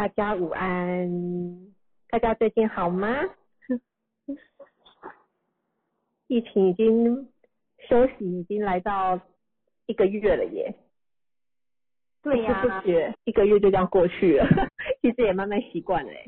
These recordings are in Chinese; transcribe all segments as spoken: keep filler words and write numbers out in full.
大家午安，大家最近好吗？疫情已经休息已经来到一个月了耶。 对呀、 不知不觉一个月就这样过去了，其实也慢慢习惯了耶。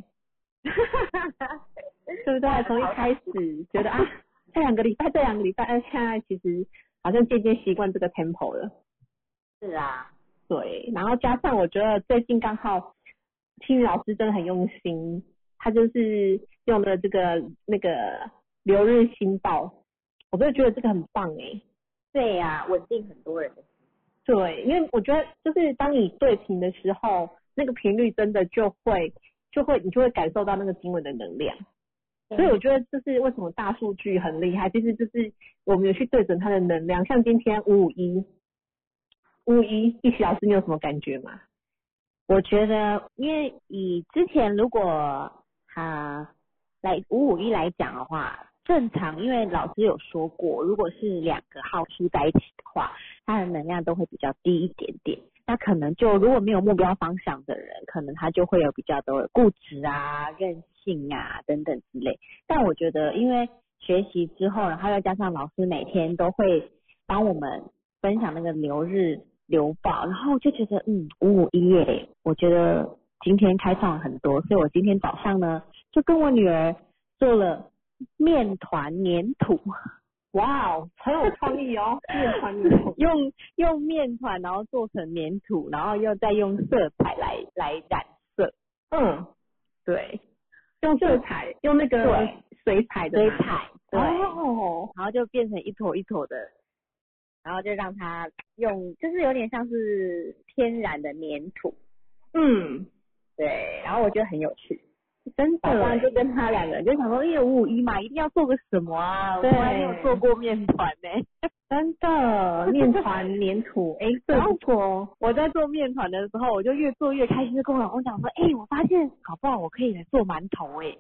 对不对？从一开始觉得啊，这两个礼拜这两个礼拜，现在其实好像渐渐习惯这个 tempo 了。 是啊， 对，然后加上我觉得最近刚好青宇老师真的很用心，他就是用的这个那个留日新报，我真的觉得这个很棒哎。 对呀、啊，稳定很多人的。 对，因为我觉得就是当你对频的时候，那个频率真的就会就会你就会感受到那个经文的能量。所以我觉得就是为什么大数据很厉害，其实就是我们有去对准它的能量。像今天五五一，五五一，一起老师你有什么感觉吗？ 我觉得，因为以之前如果他来五五一来讲的话，正常，因为老师有说过，如果是两个号数在一起的话，它的能量都会比较低一点点。那可能就如果没有目标方向的人，可能他就会有比较多的固执啊、任性啊等等之类。但我觉得，因为学习之后，然后再加上老师每天都会帮我们分享那个流日流报，然后我就觉得嗯五五一耶，我觉得今天开创了很多，所以我今天早上呢就跟我女儿做了面团粘土。 哇哦，很有创意哦，面团粘土， 用用面团然后做成粘土，然后又再用色彩来来染色。 嗯， 对， 用色彩，用那个水彩的水彩，对， 哦， 然后就变成一坨一坨的，然后就让它用，就是有点像是天然的粘土。 嗯， 对，然后我觉得很有趣。 真的， 早上就跟他两个人就想说，因为五五一嘛，一定要做个什么啊？我从来没有做过面团呢、欸。 真的，面团粘土，哎、欸，这不错哦。 我在做面团的时候，我就越做越开心，就跟我老公讲说，哎、欸，我发现搞不好我可以来做馒头哎、欸。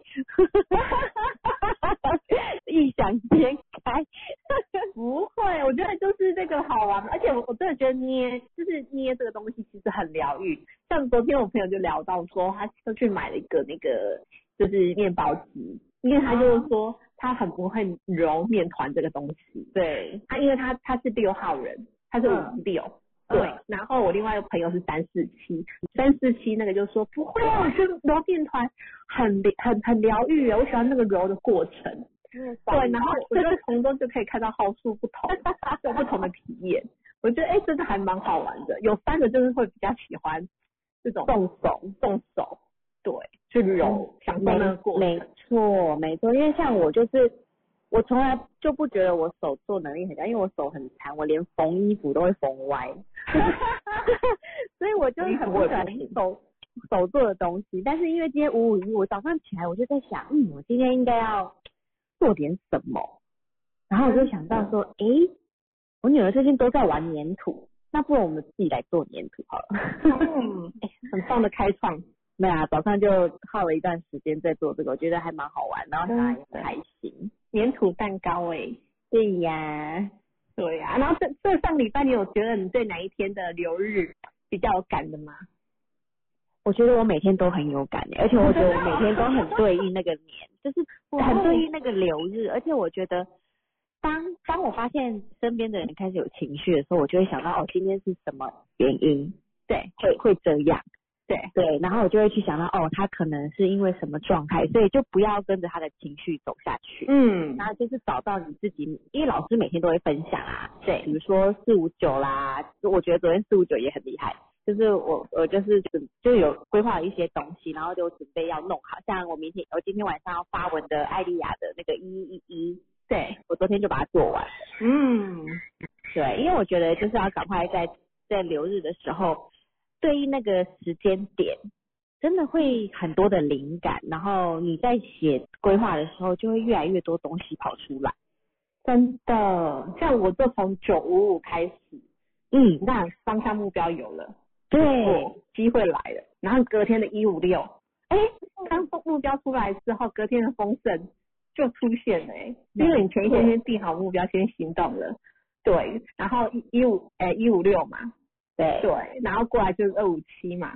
异想天开。 不会，我觉得就是这个好玩，而且我我真的觉得捏，就是捏这个东西其实很疗愈。像昨天我朋友就聊到说，他就去买了一个那个就是面包机，因为他就是说他很不会揉面团这个东西。 对， 他因为他他是六号人，他是五六。对、嗯，然后我另外一个朋友是三四七，三四七那个就说不会啊，我觉得揉面团很很很疗愈，我喜欢那个揉的过程。对，然后我觉得从中就可以看到号数不同，有不同的体验。我觉得哎，真的还蛮好玩的。有三个就是会比较喜欢这种动手动手，对，去揉，享受那个过程。 没错，没错，因为像我就是。我从来就不觉得我手做能力很强，因为我手很残，我连缝衣服都会缝歪，所以我就很不喜欢手手做的东西。但是因为今天五五一，我早上起来我就在想，嗯，我今天应该要做点什么，然后我就想到说，诶，我女儿最近都在玩粘土，那不如我们自己来做粘土好了。 嗯，很棒的开创。 对啊，早上就耗了一段时间在做这个，我觉得还蛮好玩，然后她也很开心。 粘土蛋糕哎、欸， 对呀， 对呀。然后这这上礼拜你有觉得你对哪一天的流日比较有感的吗？ 我觉得我每天都很有感的，而且我觉得我每天都很对应那个年，就是很对应那个流日，而且我觉得当当我发现身边的人开始有情绪的时候，我就会想到哦，今天是什么原因？ 对， 会会这样。 对对，然后我就会去想到，哦，他可能是因为什么状态，所以就不要跟着他的情绪走下去。 嗯， 然后就是找到你自己，因为老师每天都会分享啊， 对， 比如说四五九啦，我觉得昨天四五九也很厉害，就是我我就是准就有规划了一些东西，然后就准备要弄好，像我明天我今天晚上要发文的艾丽亚的那个一一一， 对我昨天就把它做完。 嗯， 对，因为我觉得就是要赶快在在留日的时候。对应那个时间点，真的会很多的灵感，然后你在写规划的时候，就会越来越多东西跑出来。 真的，像我就从九五五开始，嗯，那方向目标有了， 对， 机会来了，然后隔天的一五六，哎，当目标出来之后，隔天的丰盛就出现了、欸，哎，因为你前一天先定好目标，先行动了，对，然后一一五，哎，一五六嘛。 对对，然后过来就是二五七嘛，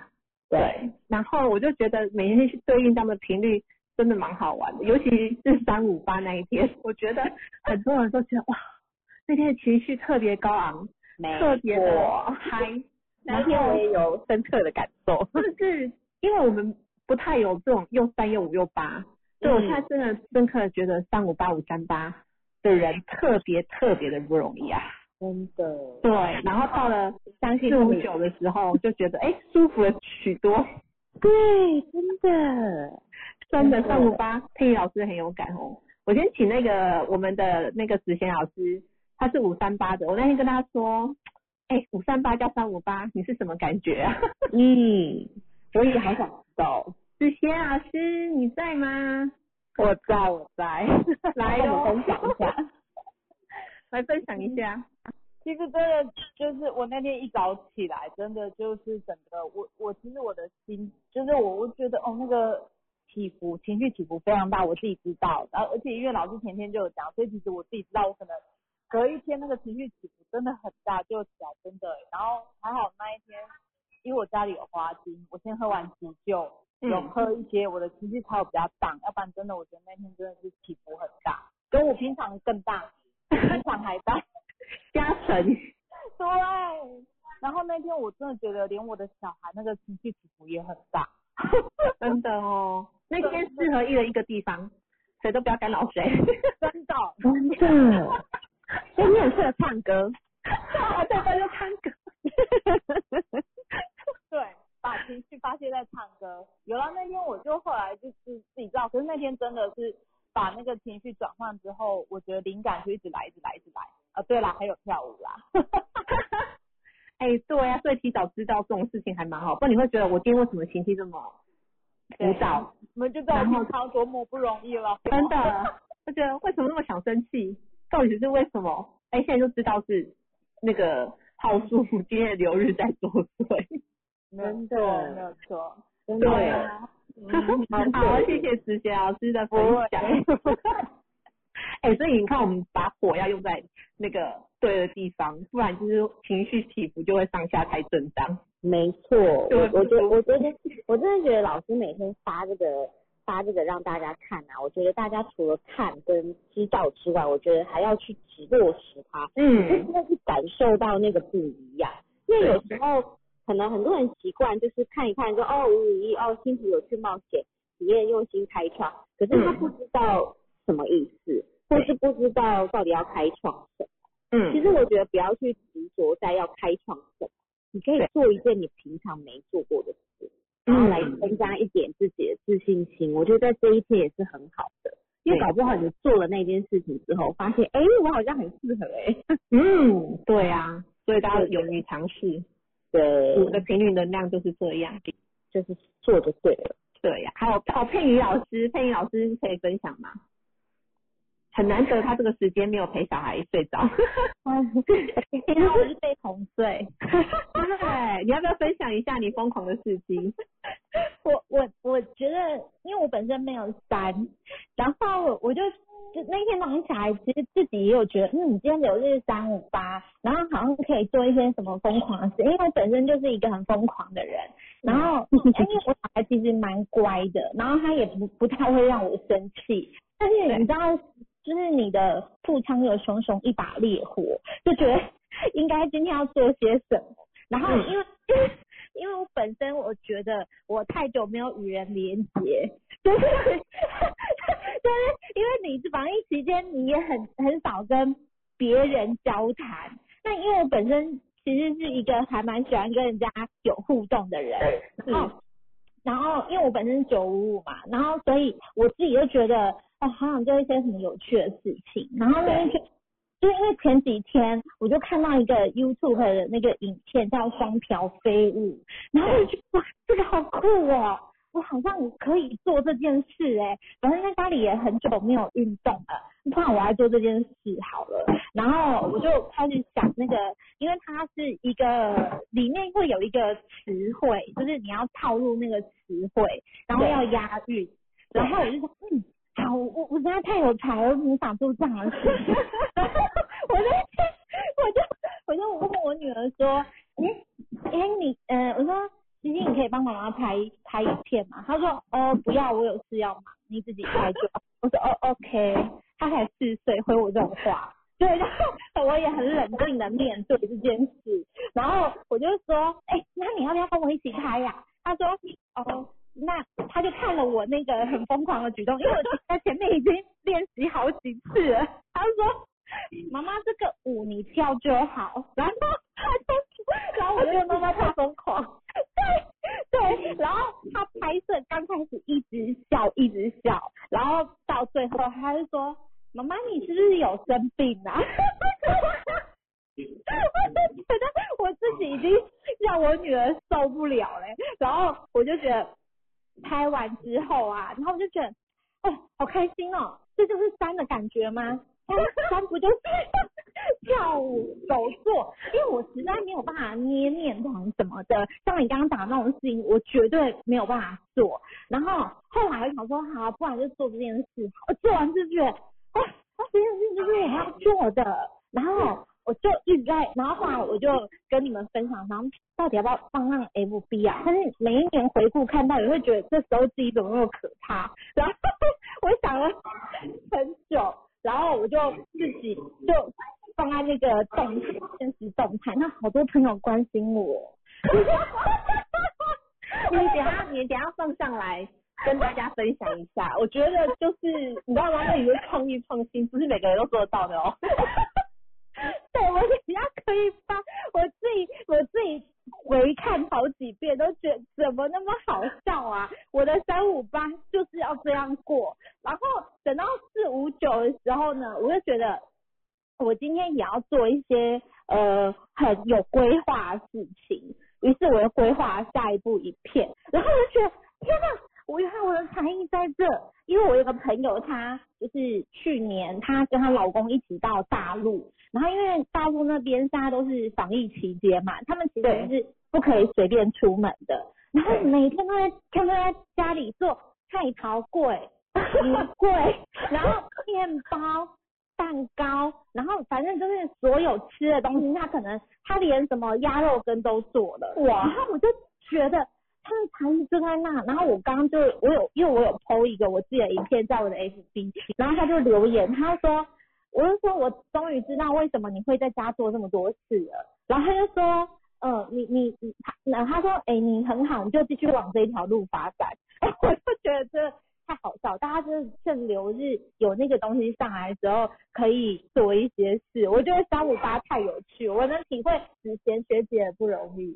对，然后我就觉得每天去对应这样的频率真的蛮好玩的，尤其是三五八那一天，我觉得很多人都觉得哇，那天的情绪特别高昂，特别的嗨。 那天我也有深刻的感受， 就是因为我们不太有这种又三又五又八，所以我现在真的深刻的觉得三五八五三八的人特别特别的不容易啊。 真的， 对，然后到了四五九的时候，就觉得哎、欸、舒服了许多。 对，真的， 真的三五八，佩仪老师很有感哦。我先请那个我们的那个子贤老师，他是五三八的。我那天跟他说，哎、欸，五三八加三五八，你是什么感觉啊？ 嗯，我也好想知道。 子贤老师，你在吗？ 我在，我在， 来喽， 分享一下， 来分享一下。 其实真的就是我那天一早起来，真的就是整个我我其实我的心就是我我觉得哦那个起伏情绪起伏非常大，我自己知道，然后而且因为老师前天就有讲，所以其实我自己知道我可能隔一天那个情绪起伏真的很大，就起来真的，然后还好那一天因为我家里有花精，我先喝完急救，有喝一些，我的情绪才有比较荡，要不然真的我觉得那天真的是起伏很大，跟我平常更大，平常还大。 加成， 对，然后那天我真的觉得连我的小孩那个情绪起伏也很大， 真的哦，那天适合一人一个地方，谁都不要干扰谁， 真的， 真的，所以你很适合唱歌， 啊，对对，就唱歌，对，把情绪发泄在唱歌，有了那天我就后来就是自己知道，可是那天真的是把那个情绪转换之后，我觉得灵感就一直来，一直来，一直来。啊，对啦，还有跳舞啦。 哎、欸，对啊，所以提早知道这种事情还蛮好，不然你会觉得我今天为什么情绪这么浮躁？ 我们就知道平常多么不容易了。 真的，就觉得为什么那么想生气？到底是为什么？哎、欸，现在就知道是那个好舒服，今天的流日在作祟。 真的，没有错。 对啊。嗯、好，谢谢子贤老师的分享。哎、欸，所以你看，我们把火要用在那个对的地方，不然就是情绪起伏就会上下太震荡。 没错，我我觉得我觉得我真的觉得老师每天发这个发这个让大家看啊，我觉得大家除了看跟知道之外，我觉得还要去去落实它，嗯，真的是感受到那个不一样。因为有时候可能很多人习惯就是看一看说哦五五一哦幸福有趣冒险体验用心开创，可是他不知道什么意思。或是不知道到底要开创什么，嗯，其实我觉得不要去执着在要开创什么，你可以做一件你平常没做过的事，然后来增加一点自己的自信心，我觉得在这一天也是很好的，因为搞不好你做了那件事情之后，发现哎、欸，我好像很适合哎、欸， 嗯，对啊，所以大家勇于尝试， 对， 我的频率能量就是这样， 就是做就对了， 对呀、啊，还有哦，佩仪老师，佩仪老师可以分享吗？很难得他这个时间没有陪小孩睡着， 平常我是被哄睡。 对，你要不要分享一下你疯狂的事迹？ 我我我觉得，因为我本身没有三，然后我就就那天早上起来，其实自己也有觉得，嗯，今天流日三五八，然后好像可以做一些什么疯狂的事，因为我本身就是一个很疯狂的人，然后因为我小孩其实蛮乖的，然后他也不不太会让我生气，但是你知道。就是你的腹腔有熊熊一把烈火，就觉得应该今天要做些什么。然后因为、嗯、因为我本身我觉得我太久没有与人连结，就是就是因为你防疫期间你也很很少跟别人交谈。那因为我本身其实是一个还蛮喜欢跟人家有互动的人，然后然后因为我本身是九五五嘛，然后所以我自己就觉得。哦，好想做一些什么有趣的事情，然后呢，就就因为前几天我就看到一个 YouTube 的那个影片叫双瓢飞舞，然后我就觉得哇，这个好酷哦，我好像可以做这件事哎，反正在家里也很久没有运动了，不然我来做这件事好了，然后我就开始想那个，因为它是一个里面会有一个词汇，就是你要套入那个词汇，然后要押韵，然后我就说嗯。好，我我真的太有才了，我怎么想做这样的事情？我就我就我就问我女儿说，哎、欸、哎、欸、你呃，我说其实你可以帮妈妈拍拍影片嘛。他说哦不要，我有事要忙，你自己拍就好。我说哦 OK， 他才四岁回我这种话，对，然后我也很冷静的面对这件事，然后我就说哎、欸，那你要不要跟我一起拍呀、啊？他说哦，那他就看了我那个很疯狂的举动，因为我在前面已经练习好几次了，他就说妈妈这个舞你跳就好，然后他就，然后我就妈妈太疯狂，对对，然后他拍摄刚开始一直笑一直笑，然后到最后他就说妈妈你是不是有生病啊？我就觉得我自己已经让我女儿受不了嘞，然后我就觉得拍完之后啊，然后我就觉得哦好开心哦，这就是山的感觉吗？山不就是跳舞手作？因为我实在没有办法捏面团什么的，像你刚刚讲的那种事情，我绝对没有办法做。然后后来我想说，好，不然就做这件事。我做完就觉得，哇，这件事就是我要做的。然后我就一直在，然后后来我就跟你们分享，然后到底要不要放上 F B 啊？但是每一年回顾看到，你会觉得这时候自己怎么那么可怕？然后我想了很久。然后我就自己就放在那个动态现实动态，那好多朋友关心我。 你等下你等下放上来跟大家分享一下，我觉得就是你知道吗？那里面创意创新不是每个人都做得到的哦。 对，我等一下可以发，我自己我自己回看好几遍，都觉得怎么那么好笑啊！我的三五八就是要这样过，然后等到四五九的时候呢，我就觉得我今天也要做一些呃很有规划的事情，于是我又规划下一部影片，然后我就觉得天哪！我原来我的才艺在这，因为我有个朋友，她就是去年她跟她老公一起到大陆，然后因为大陆那边现在都是防疫期间嘛，他们其实是不可以随便出门的，然后每天都在他们在家里做菜头粿、米粿，然后面包、蛋糕，然后反正就是所有吃的东西，他可能他连什么鸭肉羹都做了，哇！然后我就觉得。他的才艺就在那，然后我刚刚就我有因为我有 po 一个我自己的影片在我的 F B， 然后他就留言，他说，我就说我终于知道为什么你会在家做这么多事了，然后他就说，呃，你你你他，他说，哎、欸，你很好，你就继续往这一条路发展，哎，我就觉得这太好笑，大家就是趁流日有那个东西上来的时候，可以做一些事，我觉得三五八太有趣，我能体会子贤学姐的不容易。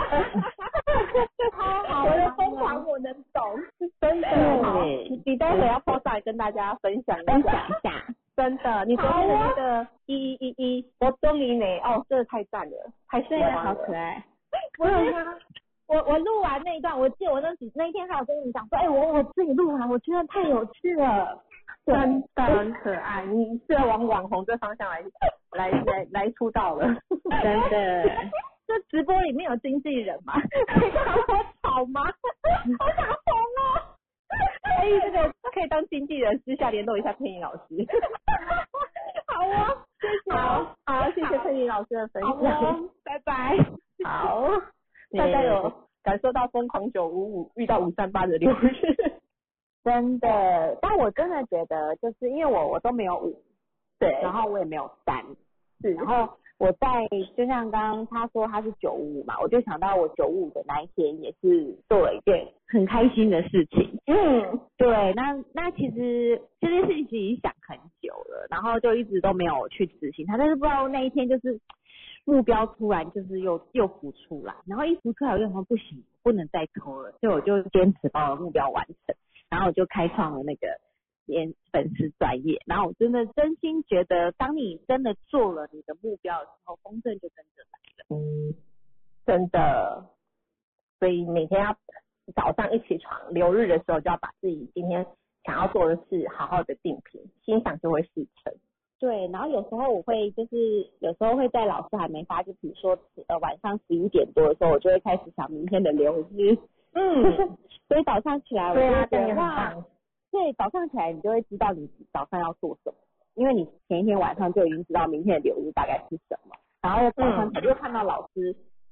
好好，我的疯狂我能懂，真的好。 你待会要 po 上来跟大家分享一下， 分享一下， 真的，你昨天的那个一一一一，我终于呢，哦，真的太赞了，太喜欢了， 好可爱。 我有他，我我录完那一段，我记得我那几那一天还有跟你们讲说，哎、欸，我我自己录完，我觉得太有趣了， 真的很可爱，你是要往网红这方向来来来来出道了， 真的。 这直播里面有经纪人吗？可以让我吵吗？好想红哦！ 可以，这个可以当经纪人，私下联络一下佩妮老师。 好啊、哦，谢谢。 好，好，谢谢佩妮老师的分享。 哦、拜拜。 好，大家有感受到疯狂九五五遇到五三八的流日？ 真的，但我真的觉得，就是因为我我都没有五， 对， 然后我也没有三， 是， 然后。我在就像刚刚他说他是九五嘛，我就想到我九五的那一天也是做了一件很开心的事情。嗯，对，那那其实这件事情其实已经想很久了，然后就一直都没有去执行它，但是不知道那一天就是目标突然就是又又浮出来，然后一浮出来我就说不行，不能再拖了，所以我就坚持把我的目标完成，然后我就开创了那个。粉丝专业，然后我真的真心觉得，当你真的做了你的目标的时候，丰盛就跟着来了。 嗯，真的，所以每天要早上一起床，流日的时候就要把自己今天想要做的事好好的定评，心想就会事成。 对，然后有时候我会就是有时候会在老师还没发，就比如说呃晚上十一点多的时候，我就会开始想明天的流日。嗯，所以早上起来我就觉得哇。对，早上起来你就会知道你早上要做什么，因为你前一天晚上就已经知道明天的流日大概是什么，然后早上起来就看到老师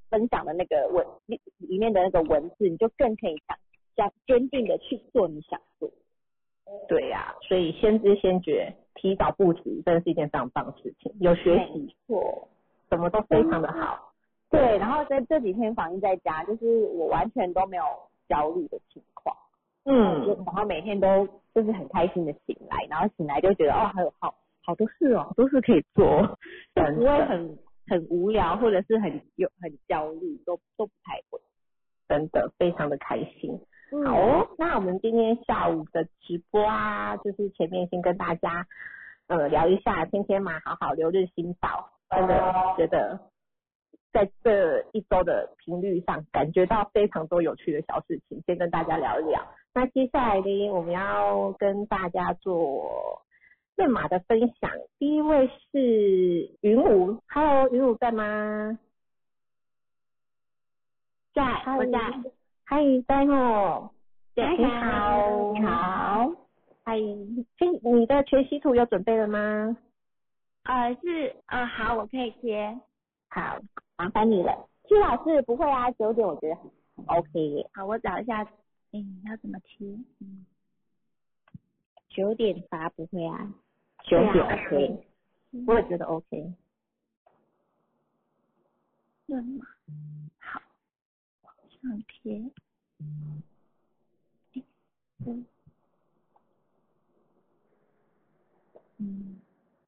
分享的那个文里里面的那个文字，你就更可以想想坚定的去做你想做。 对呀、啊，所以先知先觉，提早布局，真的是一件非常棒的事情。有学习， 错， 什么都非常的好。 对，然后在这几天防疫在家，就是我完全都没有焦虑的情况。嗯，就然后每天都就是很开心的醒来，然后醒来就觉得哦，还有好好多事哦，好多事可以做，就不会很很无聊或者是很有很焦虑，都都不太会， 真的非常的开心。 嗯、 好哦，那我们今天下午的直播啊，就是前面先跟大家呃聊一下天天嘛，好好留日心宝，真的觉得在这一周的频率上感觉到非常多有趣的小事情，先跟大家聊一聊。那接下来呢，我们要跟大家做论马的分享。第一位是云武 ，Hello， 云武在吗？ 在，我在。 嗨，在哦。 对， 你好， 你好。 嗨，你的全息图有准备了吗？ 呃，是，呃，好，我可以贴。 好，麻烦你了。屈老师不会啊，九点我觉得很 OK。 好，我找一下，嗯，要怎么贴？嗯， 九点发不会啊？九点 OK，、嗯、我也觉得 OK。 论马，好，上贴。嗯。嗯。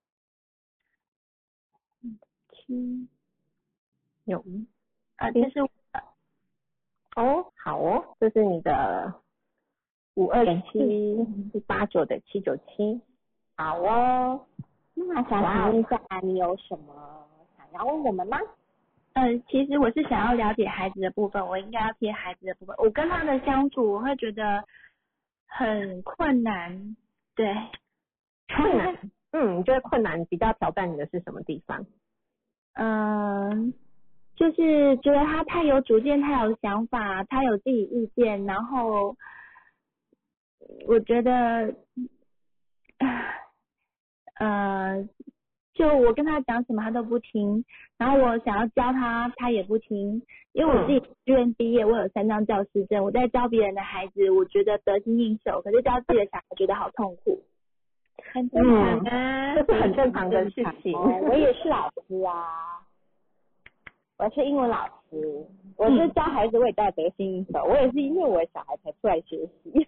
嗯，七。 有。 啊，这是我的。 哦，好哦，这是你的五二七是八九的七九七。好哦。 那想请问一下，你有什么想要问我们吗？ 嗯、呃，其实我是想要了解孩子的部分，我应该要贴孩子的部分。我跟他的相处，我会觉得很困难，对， 困难。嗯，你觉得困难比较挑战你的是什么地方？ 嗯，就是觉得他太有主见，太有想法，他有自己意见，然后我觉得，呃。就我跟他讲什么他都不听，然后我想要教他他也不听，因为我自己医院毕业，我有三张教师证，我在教别人的孩子我觉得得心应手，可是教自己的小孩觉得好痛苦。很正常啊， 这是很正常的事情。 哦、我也是老师啊，我是英文老师，我是教孩子我也教得心应手，我也是因为我的小孩才出来学习。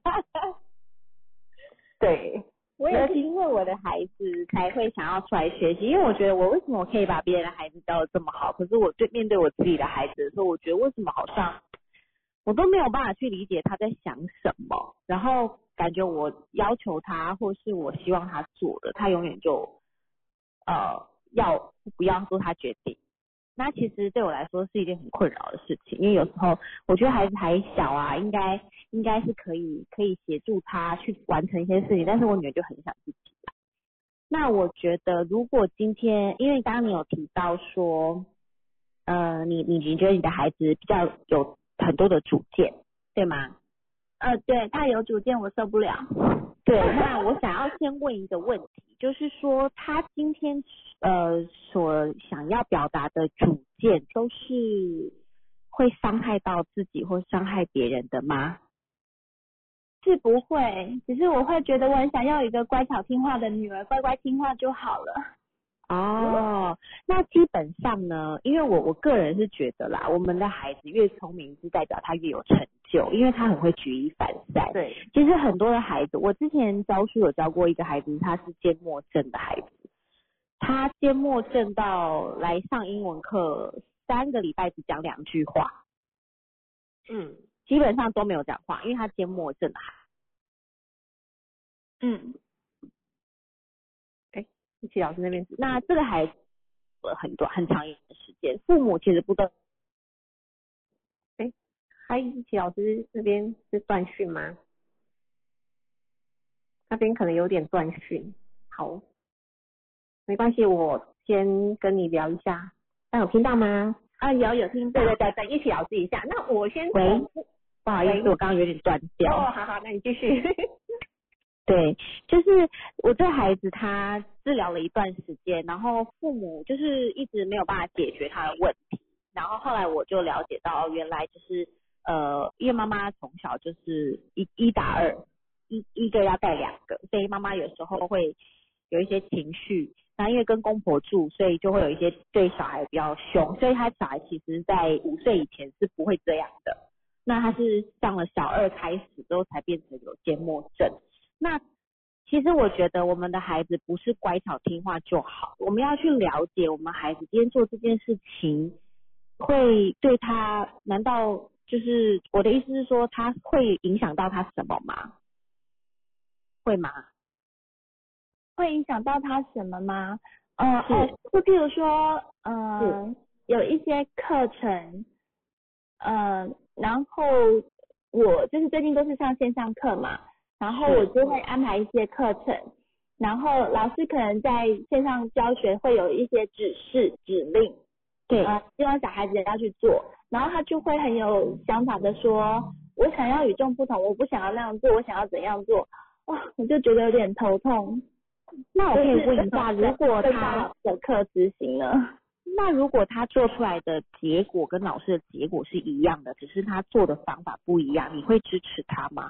对。 我也是因为我的孩子才会想要出来学习，因为我觉得我为什么我可以把别人的孩子教得这么好，可是我对面对我自己的孩子的时候，我觉得为什么好像我都没有办法去理解他在想什么，然后感觉我要求他或是我希望他做的，他永远就呃要不要做他决定。那其实对我来说是一件很困扰的事情，因为有时候我觉得孩子还小啊，应该应该是可以可以协助他去完成一些事情，但是我女儿就很想自己来。那我觉得如果今天，因为刚刚你有提到说，呃，你你你觉得你的孩子比较有很多的主见，对吗？ 呃，对，他有主见，我受不了。 对，那我想要先问一个问题，就是说他今天呃所想要表达的主见都是会伤害到自己或伤害别人的吗？ 是不会，只是我会觉得我很想要一个乖巧听话的女儿，乖乖听话就好了。 哦，那基本上呢，因为我我个人是觉得啦，我们的孩子越聪明，是代表他越有成就，因为他很会举一反三。 对， 其实很多的孩子，我之前教书有教过一个孩子，他是缄默症的孩子，他缄默症到来上英文课三个礼拜只讲两句话， 嗯， 基本上都没有讲话，因为他缄默症的孩子。嗯。 一起老师那边， 那这个孩子很短很长一段时间，父母其实不都， 哎，嗨，一起老师那边是断讯吗？那边可能有点断讯，好，没关系，我先跟你聊一下，那有听到吗？ 啊，有有听到， 对对对对，一起老师一下。那我先， 喂，不好意思，我刚刚有点断掉。 哦，好好，那你继续。 对，就是我这孩子他治疗了一段时间，然后父母就是一直没有办法解决他的问题， 然后后来我就了解到，原来就是呃，因为妈妈从小就是一一打二，一一个要带两个，所以妈妈有时候会有一些情绪。那因为跟公婆住，所以就会有一些对小孩比较凶，所以他小孩其实在五岁以前是不会这样的。那他是上了小二开始之后才变成有缄默症。那其实我觉得我们的孩子不是乖巧听话就好，我们要去了解我们孩子今天做这件事情会对他，难道就是我的意思是说他会影响到他什么吗？会吗？ 会影响到他什么吗？呃哦，就譬如说，呃，有一些课程，呃，然后我就是最近都是上线上课嘛，然后我就会安排一些课程，然后老师可能在线上教学会有一些指示指令， 对， 呃，希望小孩子要去做，然后他就会很有想法的说，我想要与众不同，我不想要那样做，我想要怎样做，哇，我就觉得有点头痛。 那我可以问一下，如果他的课执行呢？ 那如果他做出来的结果跟老师的结果是一样的，只是他做的方法不一样，你会支持他吗？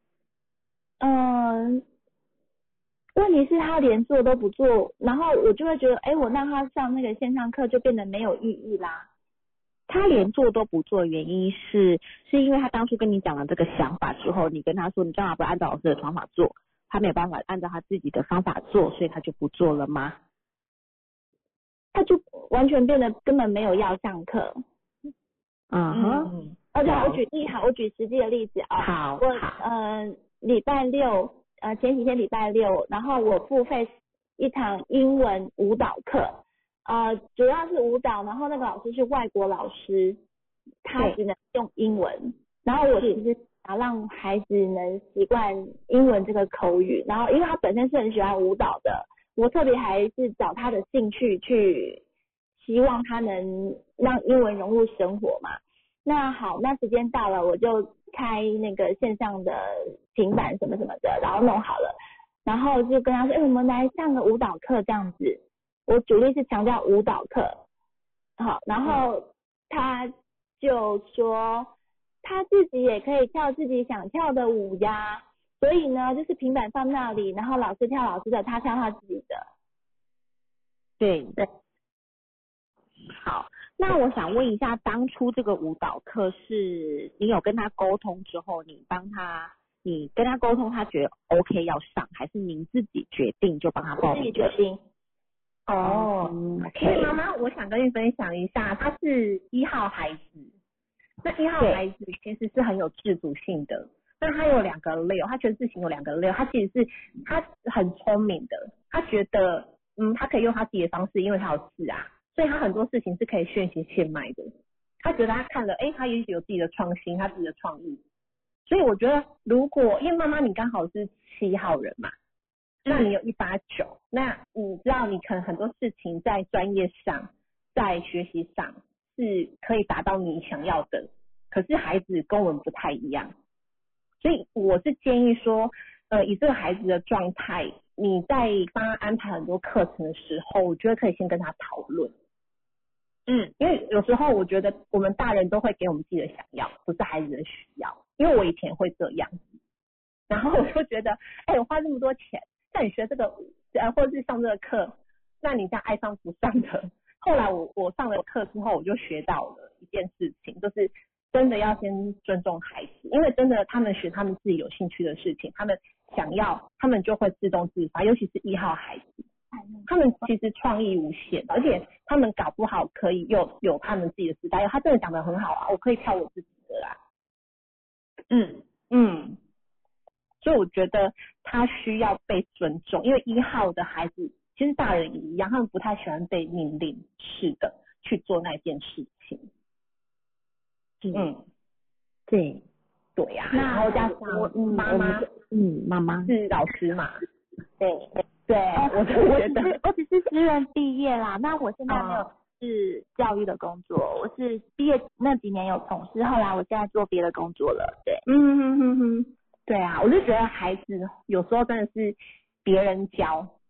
嗯，问题是他连做都不做，然后我就会觉得，哎，我让他上那个线上课就变得没有意义啦。 他连做都不做的原因是，是因为他当初跟你讲了这个想法之后，你跟他说你干嘛不按照老师的方法做？他没有办法按照他自己的方法做，所以他就不做了吗？ 他就完全变得根本没有要上课。 嗯哼。 而且我举例好，我举实际的例子啊。 好。 我呃礼拜六呃前几天礼拜六，然后我付费一堂英文舞蹈课，呃主要是舞蹈，然后那个老师是外国老师，他只能用英文，然后我其实想让孩子能习惯英文这个口语，然后因为他本身是很喜欢舞蹈的，我特别还是找他的兴趣去希望他能让英文融入生活嘛。那好，那时间到了，我就开那个线上的平板什么什么的，然后弄好了，然后就跟他说，哎、欸，我们来上个舞蹈课这样子。我主力是强调舞蹈课，好，然后他就说他自己也可以跳自己想跳的舞呀，所以呢，就是平板放那里，然后老师跳老师的，他跳他自己的。 对对。好，那我想问一下，当初这个舞蹈课是你有跟他沟通之后，你帮他，你跟他沟通，他觉得 OK 要上，还是您自己决定就帮他报名？ 自己决定。 哦，因为妈妈，我想跟你分享一下，他是一号孩子，那一号孩子其实是很有自主性的，那他有两个六，他觉得自己有两个六，他其实是他很聪明的，他觉得嗯，他可以用他自己的方式，因为他有四啊。所以他很多事情是可以现行现卖的，他觉得他看了，哎，他也许有自己的创新，他自己的创意，所以我觉得如果因为妈妈你刚好是七号人嘛，那你有一八九，那你知道你可能很多事情在专业上，在学习上是可以达到你想要的，可是孩子跟我们不太一样，所以我是建议说，呃，以这个孩子的状态，你在帮他安排很多课程的时候，我觉得可以先跟他讨论。嗯，因为有时候我觉得我们大人都会给我们自己的想要，不是孩子的需要。因为我以前会这样子，然后我就觉得，哎、欸，我花这么多钱，像你学这个，呃，或者是上这个课，那你这样爱上不上的。后来我我上了课之后，我就学到了一件事情，就是真的要先尊重孩子，因为真的他们学他们自己有兴趣的事情，他们想要，他们就会自动自发，尤其是一号孩子。他们其实创意无限，而且他们搞不好可以有有他们自己的时代。他真的讲得很好啊，我可以跳我自己的啦。嗯嗯，所以我觉得他需要被尊重，因为一号的孩子其实大人也一样，他们不太喜欢被命令式的去做那件事情。嗯， 对对呀、啊，然后加上妈妈， 嗯，妈妈是老师嘛， 对。 对，我我只是我只是师院毕业啦，那我现在没有是教育的工作，我是毕业那几年有从事，后来我现在做别的工作了。对， 嗯哼哼哼，对啊，我就觉得孩子有时候真的是别人教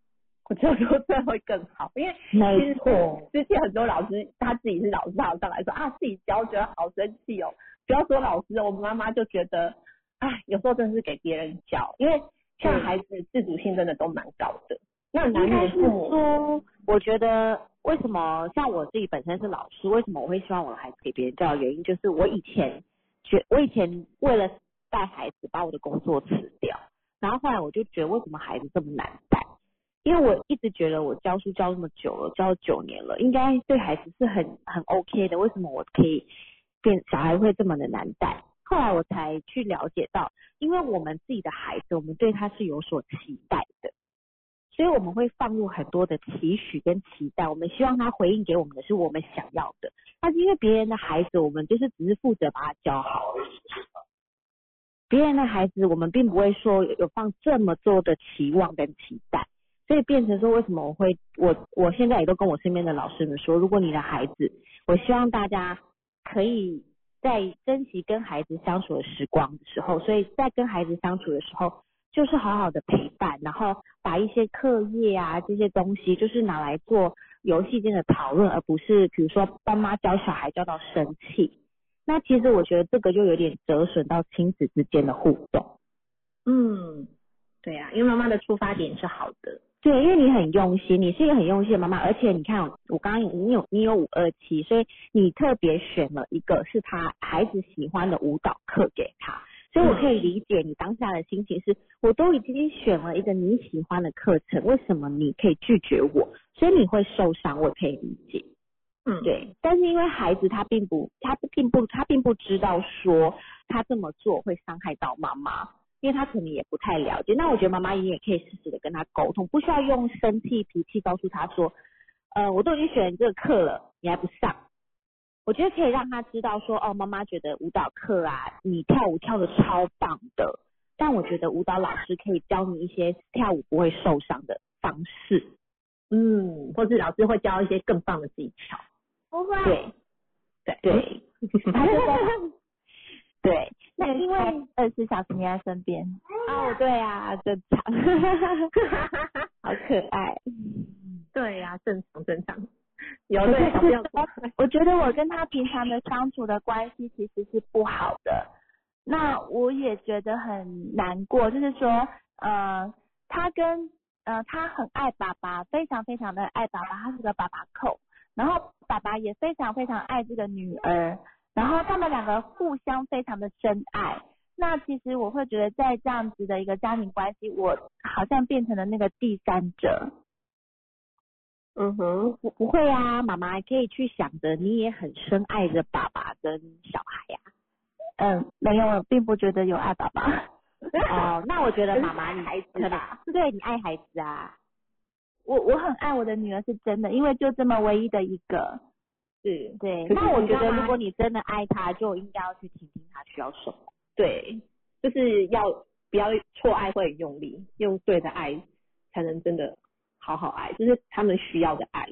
我觉得说这样会更好，因为没错， 之前很多老师他自己是老师，他上来说啊自己教觉得好生气哦，不要说老师，我妈妈就觉得，哎，有时候真的是给别人教，因为像孩子自主性真的都蛮高的。那男女的父母说，我觉得为什么像我自己本身是老师，为什么我会希望我的孩子给别人教的原因，就是我以前觉我以前为了带孩子把我的工作辞掉，然后后来我就觉得为什么孩子这么难带。因为我一直觉得我教书教那么久了，教了九年了，应该对孩子是很很 OK 的，为什么我可以变小孩会这么的难带？后来我才去了解到，因为我们自己的孩子，我们对他是有所期待的，所以我们会放入很多的期许跟期待，我们希望他回应给我们的是我们想要的，但是因为别人的孩子，我们就是只是负责把他教好，别人的孩子我们并不会说有放这么多的期望跟期待。所以变成说，为什么我会我我现在也都跟我身边的老师们说，如果你的孩子，我希望大家可以在珍惜跟孩子相处的时光的时候，所以在跟孩子相处的时候，就是好好的陪伴，然后把一些课业啊这些东西，就是拿来做游戏间的讨论，而不是比如说爸妈教小孩教到生气。那其实我觉得这个就有点折损到亲子之间的互动。 嗯，对啊，因为妈妈的出发点是好的。 对，因为你很用心，你是一个很用心的妈妈，而且你看，我刚刚你有你有五二七，所以你特别选了一个是他孩子喜欢的舞蹈课给他，所以我可以理解你当下的心情是，我都已经选了一个你喜欢的课程，为什么你可以拒绝我？所以你会受伤，我可以理解。嗯，对，但是因为孩子他并不，他并不，他并不知道说他这么做会伤害到妈妈。因为他可能也不太了解，那我觉得妈妈也可以适时的跟他沟通，不需要用生气脾气告诉他说，呃，我都已经选这个课了，你还不上。我觉得可以让他知道说，哦，妈妈觉得舞蹈课啊，你跳舞跳的超棒的，但我觉得舞蹈老师可以教你一些跳舞不会受伤的方式， 嗯，或是老师会教一些更棒的技巧。 不会。 对，对对，他就在。对，那因为二十四小时你在身边。 哦，对啊，正常，好可爱。 对呀、啊，正常正常。有对小朋友， 我觉得我跟他平常的相处的关系其实是不好的，那我也觉得很难过，就是说，呃，他跟呃他很爱爸爸，非常非常的爱爸爸，他是个爸爸控，然后爸爸也非常非常爱这个女儿。然后他们两个互相非常的真爱，那其实我会觉得在这样子的一个家庭关系，我好像变成了那个第三者。 嗯哼，不不会啊，妈妈可以去想着你也很深爱着爸爸跟小孩呀、 啊。嗯，没有，并不觉得有爱爸爸。 哦，那我觉得妈妈你孩子吧，对你爱孩子啊。 我我很爱我的女儿是真的，因为就这么唯一的一个。 是，对，那我觉得如果你真的爱他，就应该要去听听他需要什么。 对，就是要不要错爱会很用力，用对的爱才能真的好好爱，就是他们需要的爱。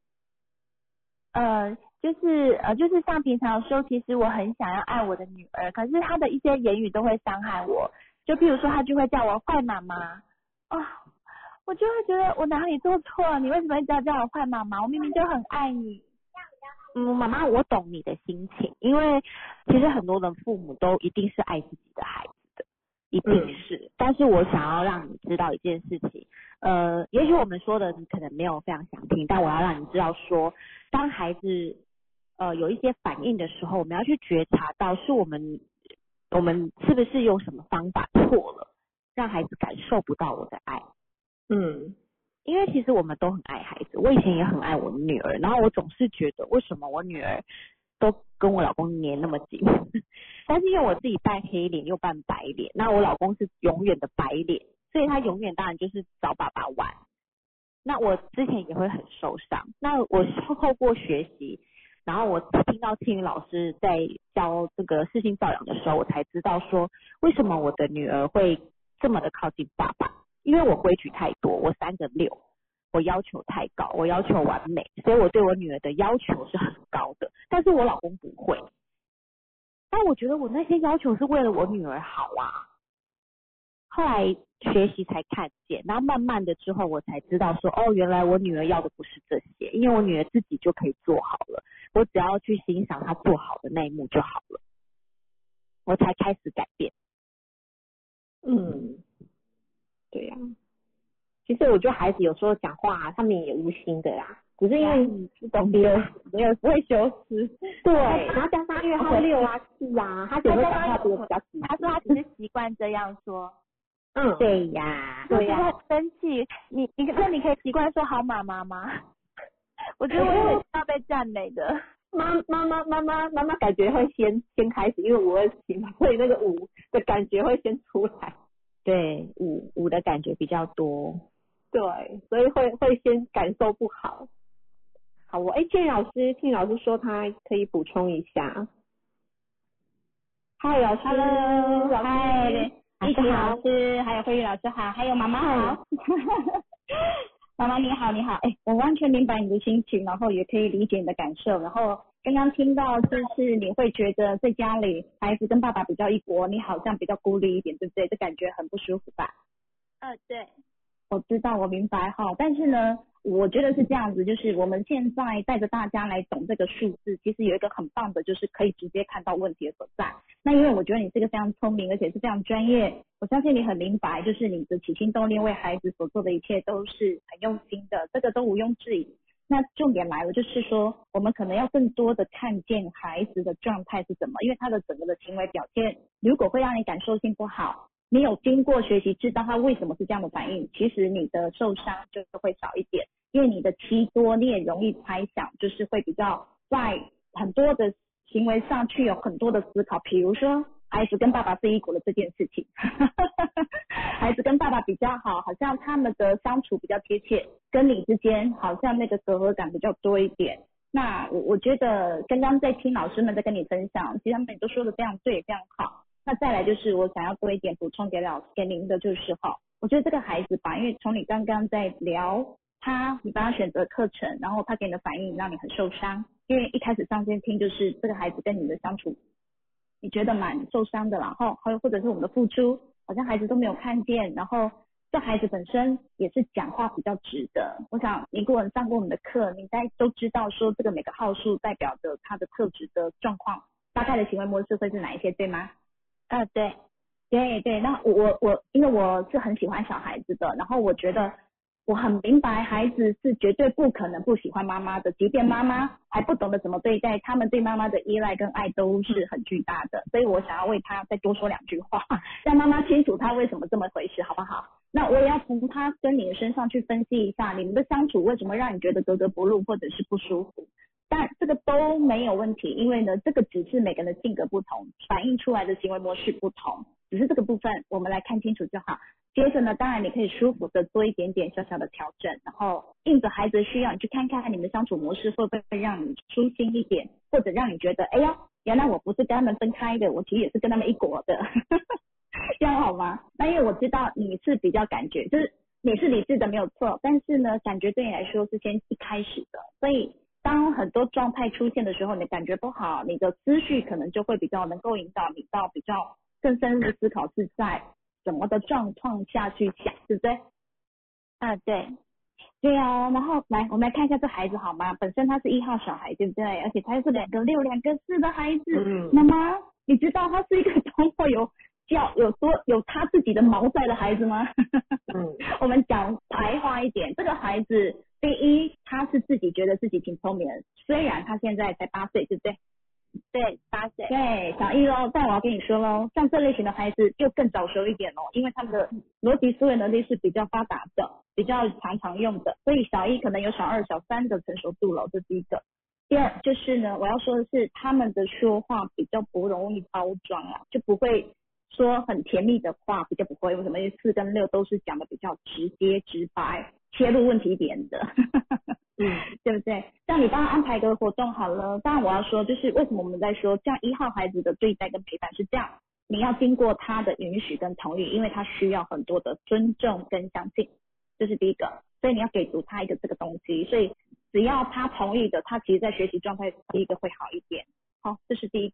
呃，就是呃，就是像平常的时候，其实我很想要爱我的女儿，可是她的一些言语都会伤害我，就譬如说她就会叫我坏妈妈啊、哦，我就会觉得我哪里做错了，你为什么一直要叫我坏妈妈？我明明就很爱你。 嗯，妈妈，我懂你的心情，因为其实很多的父母都一定是爱自己的孩子的，一定是。嗯、但是我想要让你知道一件事情，呃，也许我们说的你可能没有非常想听，但我要让你知道说，当孩子呃有一些反应的时候，我们要去觉察到是我们我们是不是用什么方法错了，让孩子感受不到我的爱。 嗯。 因为其实我们都很爱孩子，我以前也很爱我的女儿，然后我总是觉得为什么我女儿都跟我老公黏那么紧，但是因为我自己扮黑脸又扮白脸，那我老公是永远的白脸，所以他永远当然就是找爸爸玩。那我之前也会很受伤，那我透过学习，然后我听到青云老师在教这个视性教养的时候，我才知道说为什么我的女儿会这么的靠近爸爸。因为我规矩太多，我三个六，我要求太高，我要求完美，所以我对我女儿的要求是很高的，但是我老公不会。但我觉得我那些要求是为了我女儿好啊， 后来学习才看见，然后慢慢的之后我才知道说，哦，原来我女儿要的不是这些，因为我女儿自己就可以做好了，我只要去欣赏她做好的那一幕就好了，我才开始改变。 嗯，对呀、啊。其实我觉得孩子有时候讲话、啊，他们也无心的啦，只是因为不懂得没有不会修饰。 对，然后加上因为他六啊四啊，他有时候讲话比我比较直。 他说他只是习惯这样说。 嗯， 对呀， 对呀。 生气，你你那你可以习惯说好妈妈吗？我觉得我也是要被赞美的。 妈妈妈妈妈妈妈感觉会先先开始，因为五二七嘛，所以那个五的感觉会先出来。 对，五五的感觉比较多。 对，所以会会先感受不好。好，我哎，天老师，听老师说他可以补充一下。嗨，老师 ，Hello， 嗨， 一琪老师，还有慧玉老师好，还有妈妈好。妈妈你好，你好，哎，我完全明白你的心情，然后也可以理解你的感受，然后刚刚听到就是你会觉得在家里孩子跟爸爸比较一国，你好像比较孤立一点，对不对？这感觉很不舒服吧？ 呃，对。 我知道，我明白哈，但是呢，我觉得是这样子，就是我们现在带着大家来懂这个数字，其实有一个很棒的，就是可以直接看到问题的所在。那因为我觉得你是一个非常聪明，而且是非常专业，我相信你很明白，就是你的起心动念为孩子所做的一切都是很用心的，这个都毋庸置疑。那重点来了，就是说我们可能要更多的看见孩子的状态是什么，因为他的整个的行为表现，如果会让你感受性不好，你有经过学习知道他为什么是这样的反应，其实你的受伤就是会少一点，因为你的期多你也容易猜想，就是会比较在很多的行为上去有很多的思考，比如说孩子跟爸爸是一国的这件事情孩子跟爸爸比较好，好像他们的相处比较贴切，跟你之间好像那个隔阂感比较多一点。那我我觉得刚刚在听老师们在跟你分享，其实他们也都说的非常对，非常好。那再来就是我想要多一点补充给老师给您的就是哈，我觉得这个孩子吧，因为从你刚刚在聊他，你帮他选择课程，然后他给你的反应让你很受伤，因为一开始上线听就是这个孩子跟你的相处，你觉得蛮受伤的，然后还有或者是我们的付出，好像孩子都没有看见，然后这孩子本身也是讲话比较直的。我想你过上过我们的课，你大概都知道说这个每个号数代表着他的特质的状况，大概的行为模式会是哪一些，对吗？ 啊，对， 对对，那我我我，因为我是很喜欢小孩子的，然后我觉得我很明白，孩子是绝对不可能不喜欢妈妈的，即便妈妈还不懂得怎么对待，他们对妈妈的依赖跟爱都是很巨大的，所以我想要为他再多说两句话，让妈妈清楚他为什么这么回事，好不好？那我也要从他跟你的身上去分析一下，你们的相处为什么让你觉得格格不入或者是不舒服。但这个都没有问题，因为呢，这个只是每个人的性格不同，反映出来的行为模式不同，只是这个部分我们来看清楚就好。接着呢，当然你可以舒服的做一点点小小的调整，然后应着孩子的需要，你去看看你们的相处模式会不会让你舒心一点，或者让你觉得，哎呀，原来我不是跟他们分开的，我其实也是跟他们一国的，这样好吗？那因为我知道你是比较感觉，就是你是理智的没有错，但是呢，感觉对你来说是先一开始的，所以当很多状态出现的时候，你感觉不好，你的思绪可能就会比较能够引导你到比较更深入的思考是在什么的状况下去想，对不对？ 啊，对， 对啊。然后来，我们来看一下这孩子好吗？本身他是一号小孩，对不对？而且他又是两个六、两个四的孩子。嗯。妈妈，你知道他是一个多么有教有多有他自己的毛在的孩子吗？嗯。我们讲白话一点，这个孩子。第一，他是自己觉得自己挺聪明的，虽然他现在才八岁，对不对？ 对，八岁。 对，小一咯，但我要跟你说咯，像这类型的孩子就更早熟一点哦，因为他们的逻辑思维能力是比较发达的，比较常常用的，所以小一可能有小二、小三的成熟度了，这是第一个。第二就是呢，我要说的是他们的说话比较不容易包装啊，就不会说很甜蜜的话，比较不会。为什么？因为四跟六都是讲的比较直接直白，切入问题点的，嗯，对不对？像你帮他安排个活动好了，当然我要说，就是为什么我们在说这样一号孩子的对待跟陪伴是这样，你要经过他的允许跟同意，因为他需要很多的尊重跟相信，这是第一个，所以你要给足他一个这个东西，所以只要他同意的，他其实在学习状态第一个会好一点。好，这是第一个。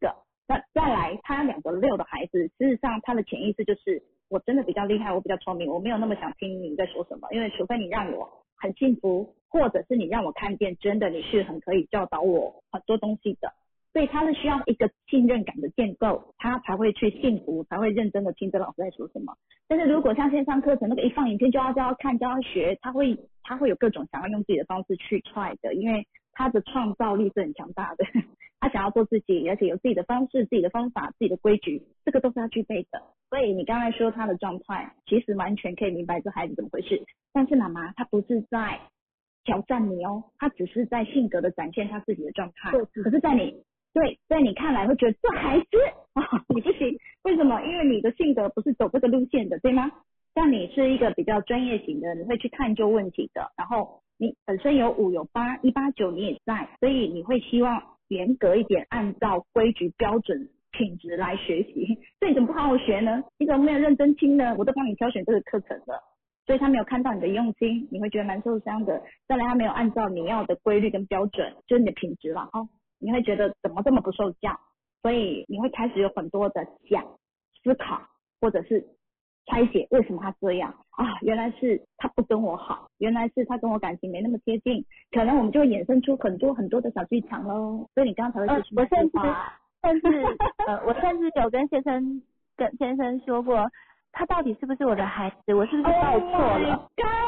那再来，他两个六的孩子，事实上他的潜意识就是我真的比较厉害，我比较聪明，我没有那么想听你在说什么，因为除非你让我很幸福，或者是你让我看见真的你是很可以教导我很多东西的。所以他是需要一个信任感的建构，他才会去信服，才会认真的听着老师在说什么。但是如果像线上课程那个一放影片就要就要看就要学，他会他会有各种想要用自己的方式去 try 的，因为他的创造力是很强大的，他想要做自己，而且有自己的方式、自己的方法、自己的规矩，这个都是他具备的。所以你刚才说他的状态，其实完全可以明白这孩子怎么回事。但是妈妈他不是在挑战你哦，他只是在性格的展现他自己的状态。可是在你对，在你看来会觉得这孩子啊，你不行，为什么？因为你的性格不是走这个路线的，对吗？像你是一个比较专业型的，你会去探究问题的，然后你本身有五有八，一八九你也在，所以你会希望严格一点，按照规矩、标准、品质来学习。所以你怎么不好好学呢？你怎么没有认真听呢？我都帮你挑选这个课程了。所以他没有看到你的用心，你会觉得蛮受伤的。再来，他没有按照你要的规律跟标准，就是你的品质了哦。你会觉得怎么这么不受教，所以你会开始有很多的想思考，或者是拆解为什么他这样啊？原来是他不跟我好，原来是他跟我感情没那么贴近，可能我们就会衍生出很多很多的小剧场喽。所以你刚才会说、呃、 我甚至甚至呃，我甚至有跟先生跟先生说过，他到底是不是我的孩子？我是不是报错了？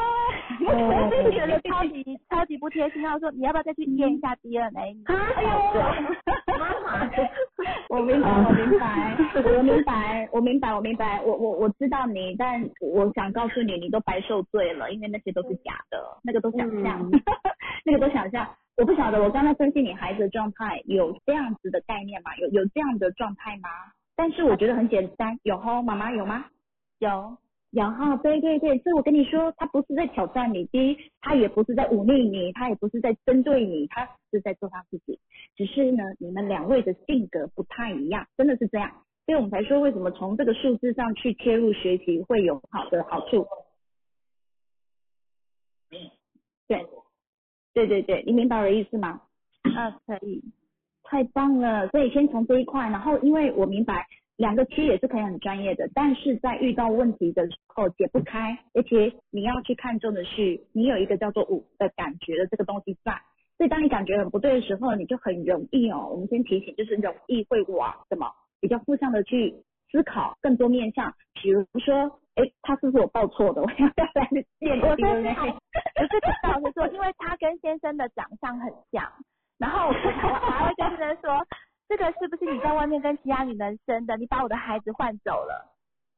Oh、 我就觉得超级超级不贴心。他说你要不要再去验一下 D N A？ 哎呦，妈妈，我明白，我明白，我明白，我明白，我明白，我我我知道你，但我想告诉你，你都白受罪了，因为那些都是假的，那个都想象，嗯、那个都想象。我不晓得，我刚才分析你孩子的状态，有这样子的概念吗？有有这样的状态吗？但是我觉得很简单，有吼，妈妈有吗？ 有。 然后对对对，所以我跟你说，他不是在挑战你，第一，他也不是在忤逆你，他也不是在针对你，他是在做他自己。只是呢，你们两位的性格不太一样，真的是这样。所以我们才说，为什么从这个数字上去切入学习会有好的好处。对，对对对，你明白我的意思吗？ 啊，可以。 太棒了，所以先从这一块，然后因为我明白。两个其实也是可以很专业的，但是在遇到问题的时候解不开，而且你要去看重的是你有一个叫做五的感觉的这个东西在，所以当你感觉很不对的时候，你就很容易哦，我们先提醒，就是容易会往什么比较负向的去思考更多面向，比如说诶他是不是我报错的，我要来练我 D N A。 我是跟老师说，因为他跟先生的长相很像，然后我还会跟先生说，这个是不是你在外面跟其他女人生的？你把我的孩子换走了。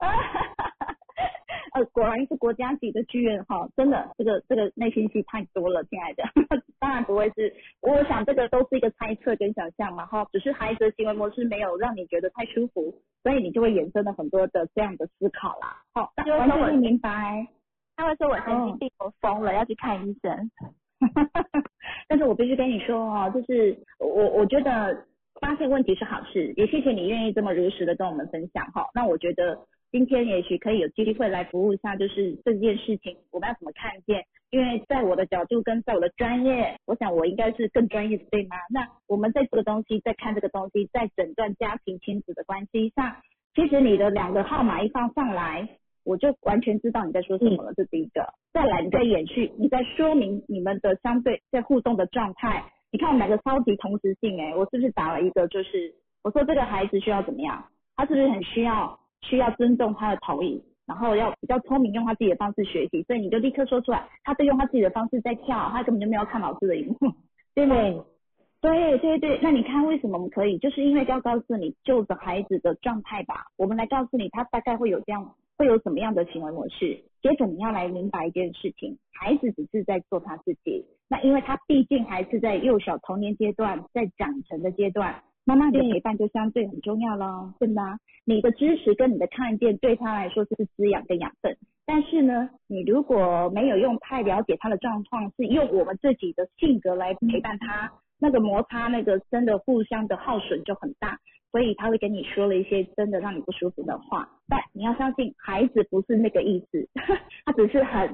呃，果然是国家级的剧院哈，真的，这个这个内心戏太多了，亲爱的。当然不会是，我想这个都是一个猜测跟想象嘛哈，只是孩子的行为模式没有让你觉得太舒服，所以你就会衍生了很多的这样的思考啦。好，完全明白。 他会说我神经病，我疯了，要去看医生。 但是我必须跟你说哦，就是我我觉得。发现问题是好事，也谢谢你愿意这么如实的跟我们分享哈。那我觉得今天也许可以有机会来服务一下，就是这件事情我们要怎么看见？因为在我的角度跟在我的专业，我想我应该是更专业的，对吗？那我们在这个东西，在看这个东西，在诊断家庭亲子的关系上，其实你的两个号码一放上来，我就完全知道你在说什么了，这是第一个。再来，你在延续，你在说明你们的相对在互动的状态。你看我们两个超级同时性哎，我是不是打了一个就是我说这个孩子需要怎么样？他是不是很需要需要尊重他的同意，然后要比较聪明，用他自己的方式学习，所以你就立刻说出来，他在用他自己的方式在跳，他根本就没有看老师的荧幕，对不对？对对对，那你看为什么我们可以？就是因为要告诉你就着孩子的状态吧，我们来告诉你他大概会有这样会有什么样的行为模式，接着你要来明白一件事情，孩子只是在做他自己，那因为他毕竟还是在幼小童年阶段，在长成的阶段，妈妈的陪伴就相对很重要咯，对吗？你的支持跟你的看见对他来说是滋养跟养分，但是呢，你如果没有用太了解他的状况，是用我们自己的性格来陪伴他，那个摩擦那个真的互相的耗损就很大，所以他会跟你说了一些真的让你不舒服的话，但你要相信孩子不是那个意思，他只是很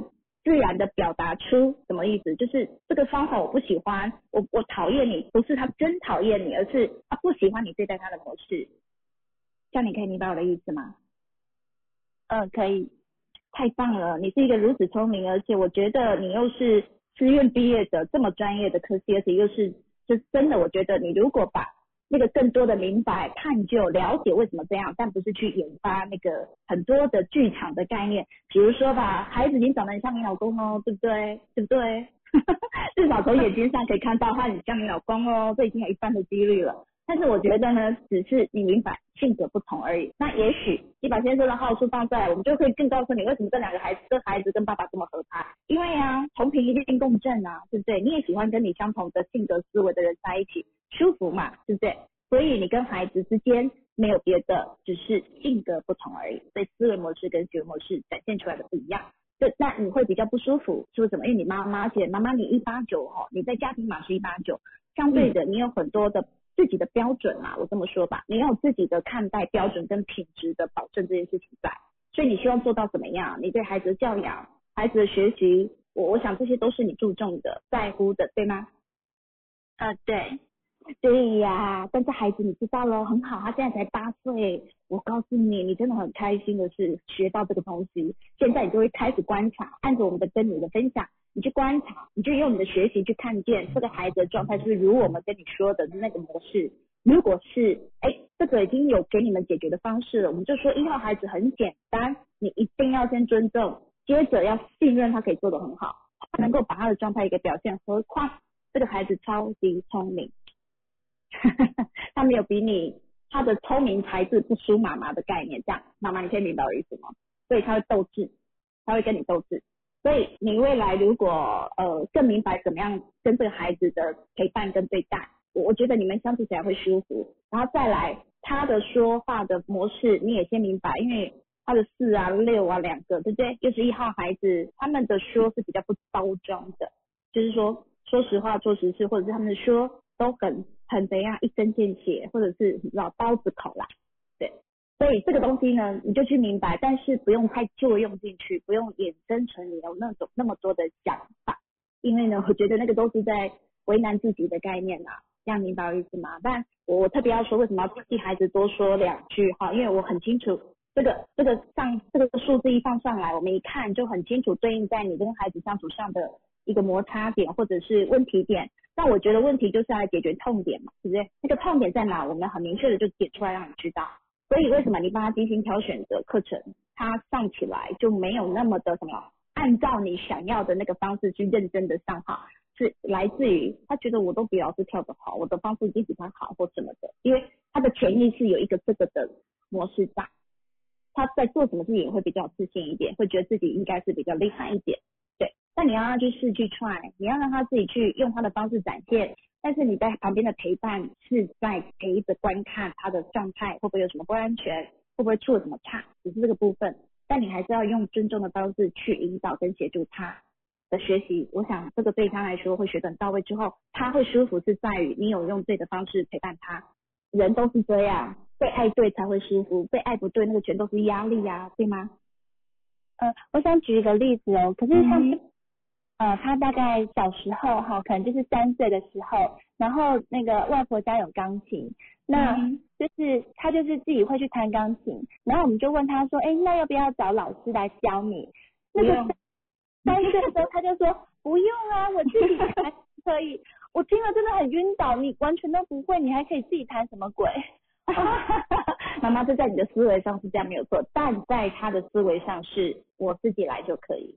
自然的表达出什么意思，就是这个方法我不喜欢，我我讨厌你，不是他真讨厌你，而是他不喜欢你对待他的模式。这样你可以明白我的意思吗？ 嗯，可以。 太棒了，你是一个如此聪明，而且我觉得你又是师院毕业的这么专业的科系，而且又是就真的，我觉得你如果把那个更多的明白、探究、了解为什么这样，但不是去研发那个很多的剧场的概念，比如说吧，孩子已经长得很像你老公哦，对不对？对不对？至少从眼睛上可以看到他很像你老公哦，这已经有一半的几率了。但是我觉得呢，只是你明白性格不同而已。那也许你把先生的号数放在，我们就可以更告诉你为什么这两个孩子跟孩子跟爸爸这么合拍。因为啊，同频一定共振啊，对不对？你也喜欢跟你相同的性格思维的人在一起，舒服嘛，对不对？所以你跟孩子之间没有别的，只是性格不同而已。所以思维模式跟行为模式展现出来的不一样。对，那你会比较不舒服，是为什么？因为你妈妈，而且妈妈你一八九哦，你在家庭码是一八九，相对的你有很多的自己的标准啦，我这么说吧，你有自己的看待标准跟品质的保证这件事情在，所以你希望做到怎么样？你对孩子的教养、孩子的学习，我我想这些都是你注重的、在乎的，对吗？ 呃，对。 对呀，但是孩子你知道咯，很好，他现在才八岁，我告诉你，你真的很开心的是学到这个东西，现在你就会开始观察，按照我们的跟你的分享，你去观察，你就用你的学习去看见这个孩子的状态是不是如我们跟你说的那个模式。如果是哎，这个已经有给你们解决的方式了，我们就说一号孩子很简单，你一定要先尊重，接着要信任他可以做得很好，能够把他的状态一个表现，何况这个孩子超级聪明。他没有比你他的聪明才智不输妈妈的概念，这样妈妈你可以明白我的意思吗？所以他会斗智，他会跟你斗智，所以你未来如果呃更明白怎么样跟这个孩子的陪伴跟对待，我我觉得你们相处起来会舒服。然后再来他的说话的模式你也先明白，因为他的四啊六啊两个对不对，又是一号孩子，他们的说是比较不包装的，就是说说实话做实事，或者是他们的说都很很怎样一针见血，或者是你知道刀子口啦，对，所以这个东西呢你就去明白，但是不用太就用进去，不用衍生成你有那种那么多的想法，因为呢我觉得那个都是在为难自己的概念啦，这样明白我意思吗？但我我特别要说为什么要替孩子多说两句哈，因为我很清楚这个这个上这个数字一放上来，我们一看就很清楚对应在你跟孩子相处上的一个摩擦点或者是问题点。那我觉得问题就是要来解决痛点嘛，对不对？那个痛点在哪，我们很明确的就点出来让你知道。所以为什么你帮他精心挑选的课程，他上起来就没有那么的什么按照你想要的那个方式去认真的上好，是来自于他觉得我都比老师跳得好，我的方式一定比他好或什么的，因为他的潜意识有一个这个的模式在，他在做什么事情也会比较自信一点，会觉得自己应该是比较厉害一点。对，但你要让他去试去 try， 你要让他自己去用他的方式展现，但是你在旁边的陪伴是在陪着观看他的状态，会不会有什么不安全，会不会出了什么差，只是这个部分，但你还是要用尊重的方式去引导跟协助他的学习。我想这个对他来说会学得很到位之后，他会舒服是在于你有用对的方式陪伴他，人都是这样，被爱对才会舒服，被爱不对那个全都是压力啊，对吗？ 呃，我想举一个例子哦，可是像、嗯、呃，他大概小时候哈，可能就是三岁的时候，然后那个外婆家有钢琴，那就是他就是自己会去弹钢琴，然后我们就问他说，哎，那要不要找老师来教你？那个三岁的时候他就说不用啊，我自己弹可以。我听了真的很晕倒，你完全都不会，你还可以自己弹什么鬼？ 妈妈，这在你的思维上是这样没有错，但在他的思维上是我自己来就可以。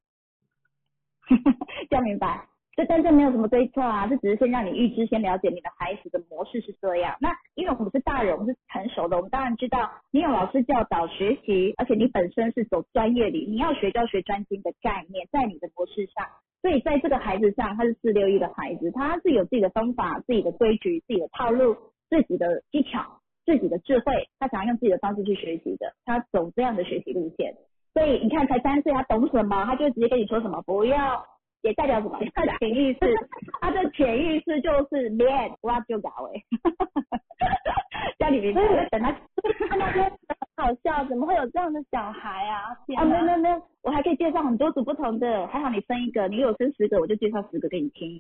这样明白？这但这没有什么对错啊，这只是先让你预知，先了解你的孩子的模式是这样。那因为我们是大人，我们是成熟的，我们当然知道你有老师教导学习，而且你本身是走专业里，你要学教学专精的概念在你的模式上。所以在这个孩子上，他是四六一的孩子，他是有自己的方法、自己的规矩、自己的套路、自己的技巧、自己的智慧，他想要用自己的方式去学习的，他走这样的学习路线。所以你看才三岁，他懂什么？他就直接跟你说什么不要， 也代表什么？ 他的潜意识，他的潜意识就是练，我要就搞哎，叫你明白，等他看到说好笑，怎么会有这样的小孩啊？ 啊，没有没有没有，我还可以介绍很多组不同的，还好你生一个，你有生十个，我就介绍十个给你听。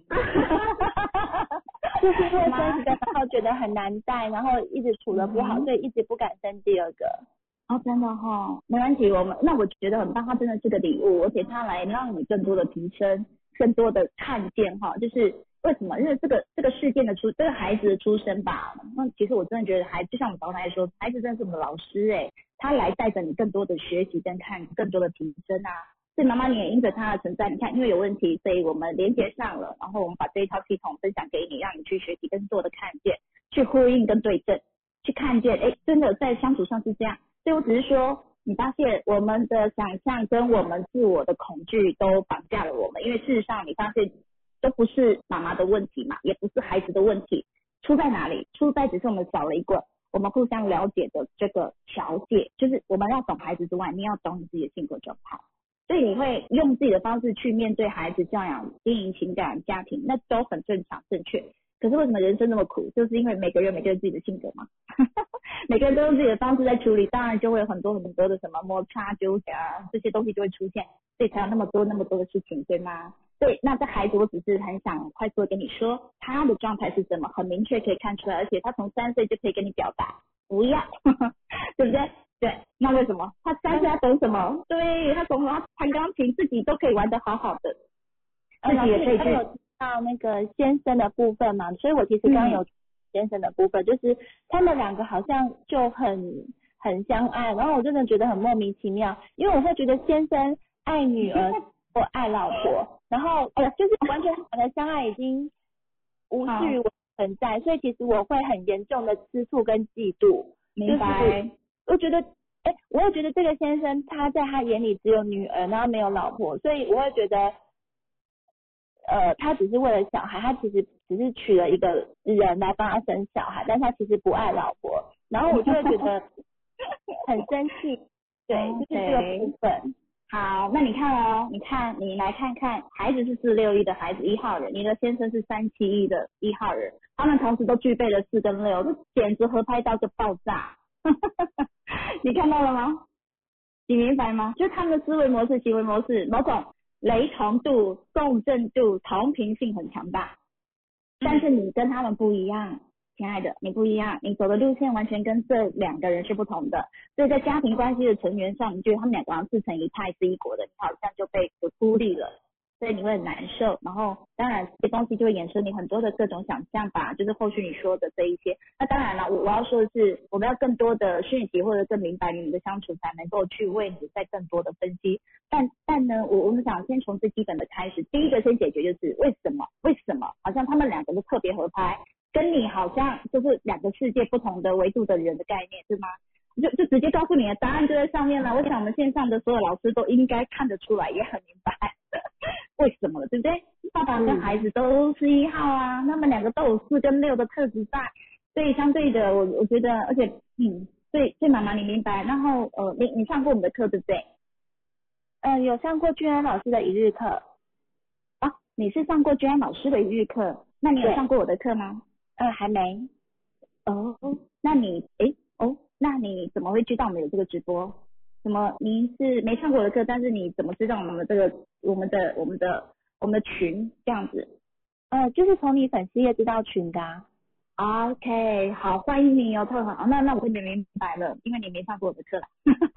就是因为生十个，然后觉得很难带，然后一直处得不好，嗯、所以一直不敢生第二个。 哦，真的哈、哦，没关系，我们那我觉得很棒，它真的是个礼物，而且它来让你更多的提升，更多的看见哈，就是为什么？因为这个这个事件的出，这个孩子的出生吧，那其实我真的觉得孩子，就像我们导来说，孩子真的是我们的老师哎，他来带着你更多的学习跟看，更多的提升啊。所以妈妈你也因着他的存在，你看因为有问题，所以我们连接上了，然后我们把这一套系统分享给你，让你去学习更多的看见，去呼应跟对症，去看见，哎，真的在相处上是这样。所以我只是说，你发现我们的想象跟我们自我的恐惧都绑架了我们，因为事实上你发现都不是妈妈的问题嘛，也不是孩子的问题，出在哪里？出在只是我们少了一个我们互相了解的这个调节，就是我们要懂孩子之外，你要懂你自己的性格状态。所以你会用自己的方式去面对孩子、教养、经营情感、家庭，那都很正常、正确。可是为什么人生那么苦？就是因为每个人每个人自己的性格嘛，每个人都用自己的方式在处理，当然就会有很多很多的什么摩擦、纠葛啊，这些东西就会出现，所以才有那么多那么多的事情，对吗？对，那这孩子我只是很想快速的跟你说，他的状态是什么，很明确可以看出来，而且他从三岁就可以跟你表达，不要，对不对？对，那为什么？他三岁他懂什么？对，他懂了，弹钢琴自己都可以玩得好好的，自己也可以去。 到那个先生的部分嘛，所以我其实刚刚有先生的部分，嗯、就是他们两个好像就很很相爱，然后我真的觉得很莫名其妙，因为我会觉得先生爱女儿或爱老婆，然后呃就是完全两个相爱已经无序存在，所以其实我会很严重的吃醋跟嫉妒。 明白？ 就是、我觉得，哎，我会觉得这个先生他在他眼里只有女儿，然后没有老婆，所以我会觉得。呃，他只是为了小孩，他其实只是娶了一个人来帮他生小孩，但他其实不爱老婆，然后我就会觉得很生气，对， okay. 就是这个部分。 好，那你看哦，你看，你来看看，孩子是四六一的孩子一号人，你的先生是三七一的一号人，他们同时都具备了四跟六，这简直合拍到个爆炸，你看到了吗？你明白吗？就是他们的思维模式、行为模式，某种。雷同度、共振度、同频性很强大，但是你跟他们不一样，亲爱的，你不一样，你走的路线完全跟这两个人是不同的，所以在家庭关系的成员上，你觉得他们两个好像自成一派是一国的，你好像就被孤立了，所以你会很难受，然后当然这些东西就会衍生你很多的各种想象吧，就是后续你说的这一些。那当然了，我我要说的是，我们要更多的讯息或者更明白你们的相处，才能够去为你再更多的分析。但但呢，我我们想先从最基本的开始，第一个先解决就是为什么？为什么？好像他们两个都特别合拍，跟你好像就是两个世界不同的维度的人的概念，是吗？就就直接告诉你的答案就在上面了。我想我们线上的所有老师都应该看得出来，也很明白为什么了，对不对？爸爸跟孩子都是一号啊，他们两个都有四跟六的特质在，所以相对的，我我觉得，而且嗯，所以所以妈妈你明白，然后呃，你你上过我们的课对不对？ 嗯、呃，有上过君安老师的一日课。 啊，你是上过君安老师的一日课？那你有上过我的课吗？ 呃，还没。 哦，那你诶哦，那你怎么会知道我们有这个直播？怎么您是没上过我的课，但是你怎么知道我们的这个我们的我们的我们的群这样子？ 呃，就是从你粉丝页知道群的啊。OK， 好，欢迎你哦，特好。那那我会明白了，因为你没上过我的课啦。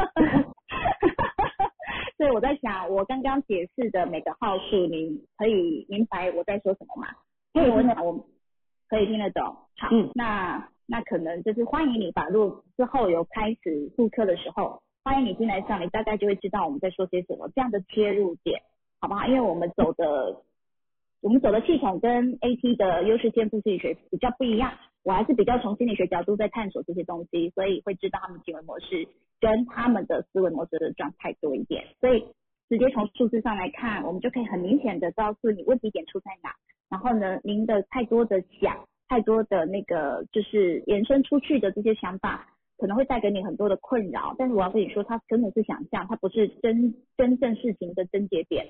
所以我在想，我刚刚解释的每个号数，你可以明白我在说什么吗？因为我想我可以听得懂。好，嗯、那那可能就是欢迎你吧。如果之后有开始复课的时候，欢迎你进来上，你大概就会知道我们在说些什么，这样的切入点，好不好？因为我们走的我们走的系统跟 A T 的优势天赋心理学比较不一样，我还是比较从心理学角度在探索这些东西，所以会知道他们行为模式跟他们的思维模式的状态多一点，所以直接从数字上来看，我们就可以很明显的告诉你问题点出在哪，然后呢，您的太多的想，太多的那个就是延伸出去的这些想法，可能会带给你很多的困扰，但是我要跟你说，它真的是想象，它不是真真正事情的症结点。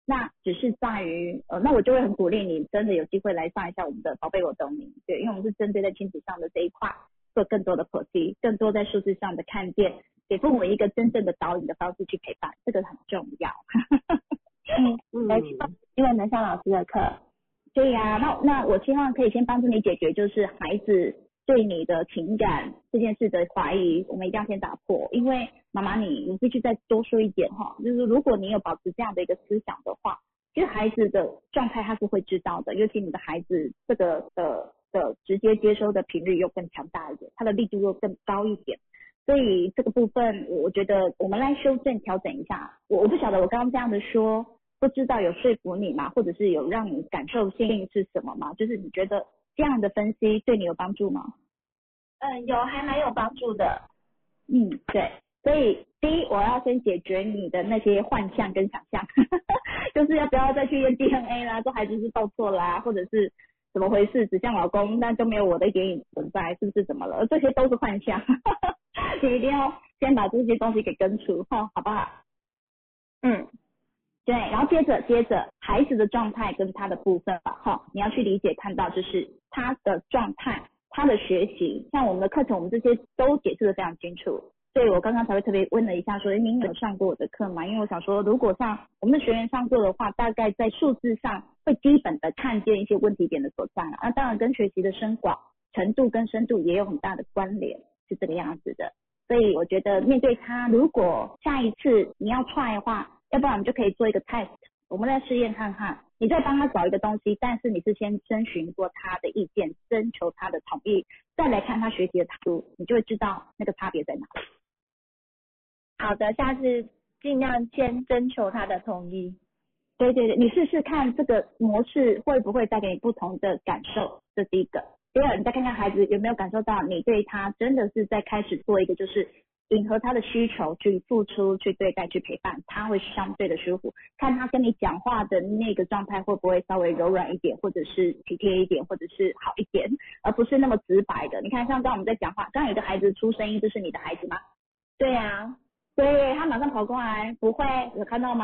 那只是在于呃，那我就会很鼓励你真的有机会来上一下我们的宝贝我懂你，对，因为我们是针对在亲子上的这一块做更多的剖析，更多在数字上的看见，给父母一个真正的导引的方式去陪伴，这个很重要。 嗯嗯，没错，因为能上老师的课。 对呀、啊，那那我希望可以先帮助你解决，就是孩子对你的情感这件事的怀疑，我们一定要先打破。因为妈妈你你必须再多说一点哈，就是如果你有保持这样的一个思想的话，其实孩子的状态他是会知道的，尤其你的孩子这个的的直接接收的频率又更强大一点，他的力度又更高一点。所以这个部分我觉得我们来修正调整一下。我我不晓得我刚刚这样的说，不知道有说服你吗？或者是有让你感受性是什么吗？就是你觉得这样的分析对你有帮助吗？ 嗯，有，还蛮有帮助的。 嗯，对。所以第一，我要先解决你的那些幻象跟想象，就是要不要再去验 D N A 啦，说孩子是报错啦，或者是怎么回事，只像老公，但就没有我的眼影存在，是不是怎么了？这些都是幻象，你一定要先把这些东西给根除，好不好？嗯。对，然后接着接着孩子的状态跟他的部分吧，哈，你要去理解看到就是他的状态，他的学习，像我们的课程，我们这些都解释的非常清楚，所以我刚刚才会特别问了一下说，您有上过我的课吗？因为我想说，如果像我们的学员上过的话，大概在数字上会基本的看见一些问题点的所在了，啊，当然跟学习的深广程度跟深度也有很大的关联，是这个样子的。所以我觉得面对他，如果下一次你要 try 的话，要不然我们就可以做一个 test， 我们来试验看看，你再帮他找一个东西，但是你是先征询过他的意见，征求他的同意，再来看他学习的态度，你就会知道那个差别在哪里。 好的，下次尽量先征求他的同意。 对对对，你试试看这个模式会不会带给你不同的感受，这是第一个。第二，你再看看孩子有没有感受到你对他真的是在开始做一个就是迎合他的需求去付出去对待去陪伴，他会相对的舒服，看他跟你讲话的那个状态会不会稍微柔软一点，或者是体贴一点，或者是好一点，而不是那么直白的。你看像刚我们在讲话，刚有一个孩子出声音，这是你的孩子吗？ 对啊， 对，他马上跑过来，不会，有看到吗？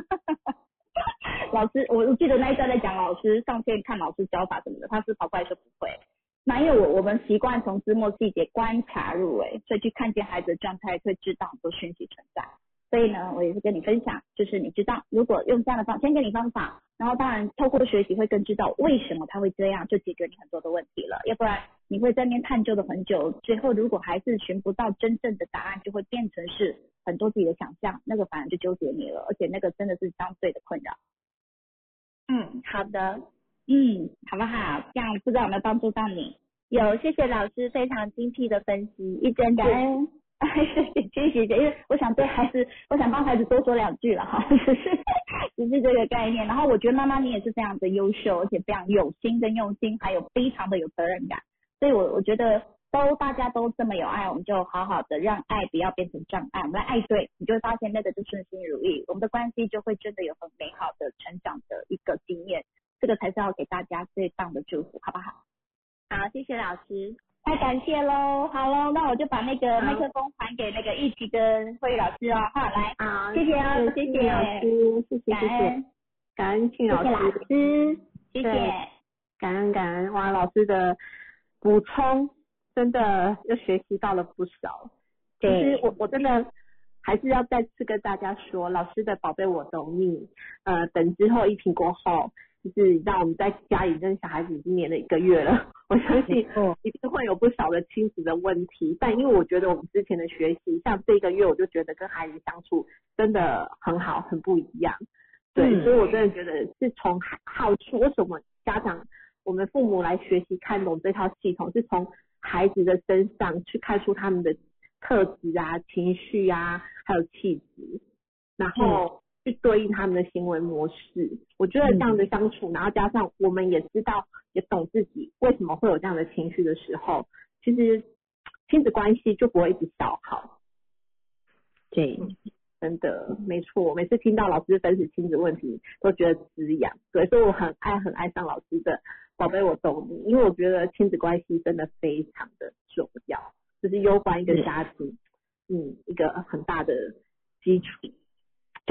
老师，我记得那一段在讲老师上线看老师教法什么的，他是跑过来说不会。那因为我我们习惯从枝末细节观察入微，所以去看见孩子的状态，会知道很多讯息存在。所以呢，我也是跟你分享，就是你知道，如果用这样的方，先给你方法，然后当然透过学习会更知道为什么他会这样，就解决你很多的问题了。要不然你会在那边探究了很久，最后如果还是寻不到真正的答案，就会变成是很多自己的想象，那个反而就纠结你了，而且那个真的是相对的困扰。 嗯，好的。 嗯，好不好？这样不知道有没有帮助到你？ 有，谢谢老师非常精辟的分析，一针见血。 谢谢谢谢，因为我想对孩子，我想帮孩子多说两句了哈，只是只是这个概念。然后我觉得妈妈你也是非常的优秀，而且非常有心跟用心，还有非常的有责任感。所以我我觉得都大家都这么有爱，我们就好好的让爱不要变成障碍，我们来爱对，你就会发现那个就顺心如意，我们的关系就会真的有很美好的成长的一个经验。这个才是要给大家最棒的祝福，好不好？ 好，谢谢老师， 太感谢喽。好喽，那我就把那个麦克风还给那个玉琪跟慧宇老师哦。好，来， 好， 谢谢哦，谢谢老师，谢谢谢谢，感恩庆老师， 谢谢老师，谢谢， 感恩感恩，哇，老师的补充真的又学习到了不少。其实我我真的还是要再次跟大家说，老师的宝贝我懂你，呃，等之后疫情过后，就是让我们在家里跟小孩子已经黏了一个月了，我相信一定会有不少的亲子的问题，但因为我觉得我们之前的学习，像这个月我就觉得跟孩子相处真的很好，很不一样。对，嗯、所以我真的觉得是从好处，为什么家长我们父母来学习看懂这套系统，是从孩子的身上去看出他们的特质啊、情绪啊，还有气质，然后去对应他们的行为模式。我觉得这样的相处，然后加上我们也知道，也懂自己为什么会有这样的情绪的时候，其实亲子关系就不会一直消耗。 对。 嗯，真的没错，每次听到老师分析亲子问题都觉得滋养，对，所以我很爱很爱上老师的宝贝我懂你，因为我觉得亲子关系真的非常的重要，就是攸关一个家庭嗯一个很大的基础。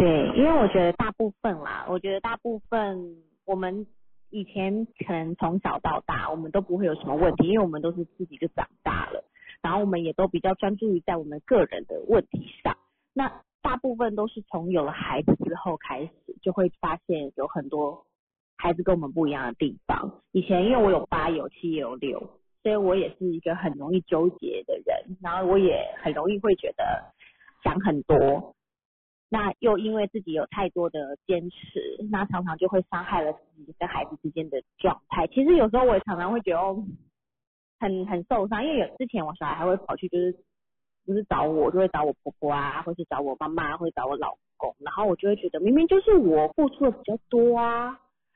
对，因为我觉得大部分啦，我觉得大部分我们以前可能从小到大，我们都不会有什么问题，因为我们都是自己就长大了，然后我们也都比较专注于在我们个人的问题上。那大部分都是从有了孩子之后开始，就会发现有很多孩子跟我们不一样的地方。以前因为我有八有七也有六，所以我也是一个很容易纠结的人，然后我也很容易会觉得想很多，那又因为自己有太多的坚持，那常常就会伤害了自己跟孩子之间的状态。其实有时候我也常常会觉得哦很很受伤，因为有之前我小孩还会跑去就是不是找我，就会找我婆婆啊，或是找我妈妈，或者找我老公，然后我就会觉得明明就是我付出的比较多啊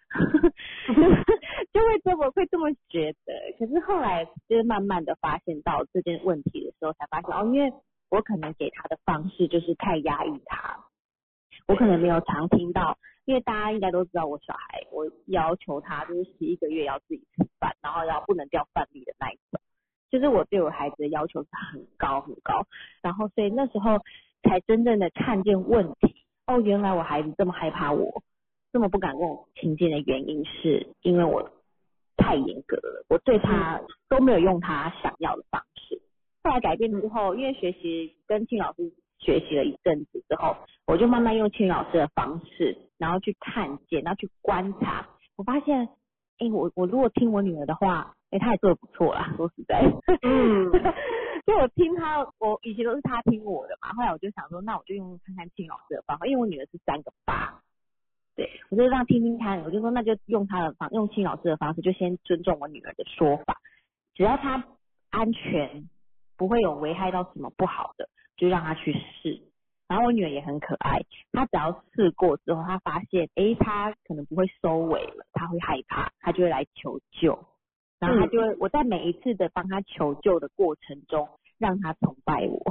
就会这么会这么觉得。可是后来就是慢慢的发现到这件问题的时候，才发现哦，因为我可能给他的方式就是太压抑他，我可能没有常听到，因为大家应该都知道我小孩，我要求他就是十一个月要自己吃饭，然后要不能掉饭粒的那一种，就是我对我孩子的要求是很高很高，然后所以那时候才真正的看见问题，哦，原来我孩子这么害怕我，这么不敢跟我亲近的原因是因为我太严格了，我对他都没有用他想要的方式。后来改变之后，因为学习跟庆老师学习了一阵子之后，我就慢慢用庆老师的方式，然后去看见，然后去观察，我发现，哎、欸，我我如果听我女儿的话，哎、欸，她也做得不错啦，说实在，嗯，就我听她，我以前都是她听我的嘛，后来我就想说，那我就用看看庆老师的方法，因为我女儿是三个八，对，我就让听听看，我就说那就用她的方，用庆老师的方式，就先尊重我女儿的说法，只要她安全。不会有危害到什么不好的，就让他去试。然后我女儿也很可爱，她只要试过之后，她发现，诶，她可能不会收尾了，她会害怕，她就会来求救。然后她就会，嗯、我在每一次的帮她求救的过程中，让她崇拜我，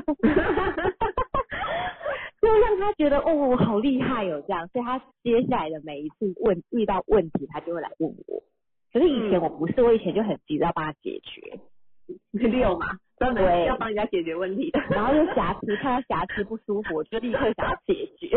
就让她觉得，哦，我好厉害哦，这样。所以她接下来的每一次问遇到问题，她就会来问我。可是以前我不是，我以前就很急着要帮她解决。 六嘛，专门要帮人家解决问题的， 然后就瑕疵，看到瑕疵不舒服，我就立刻想要解决。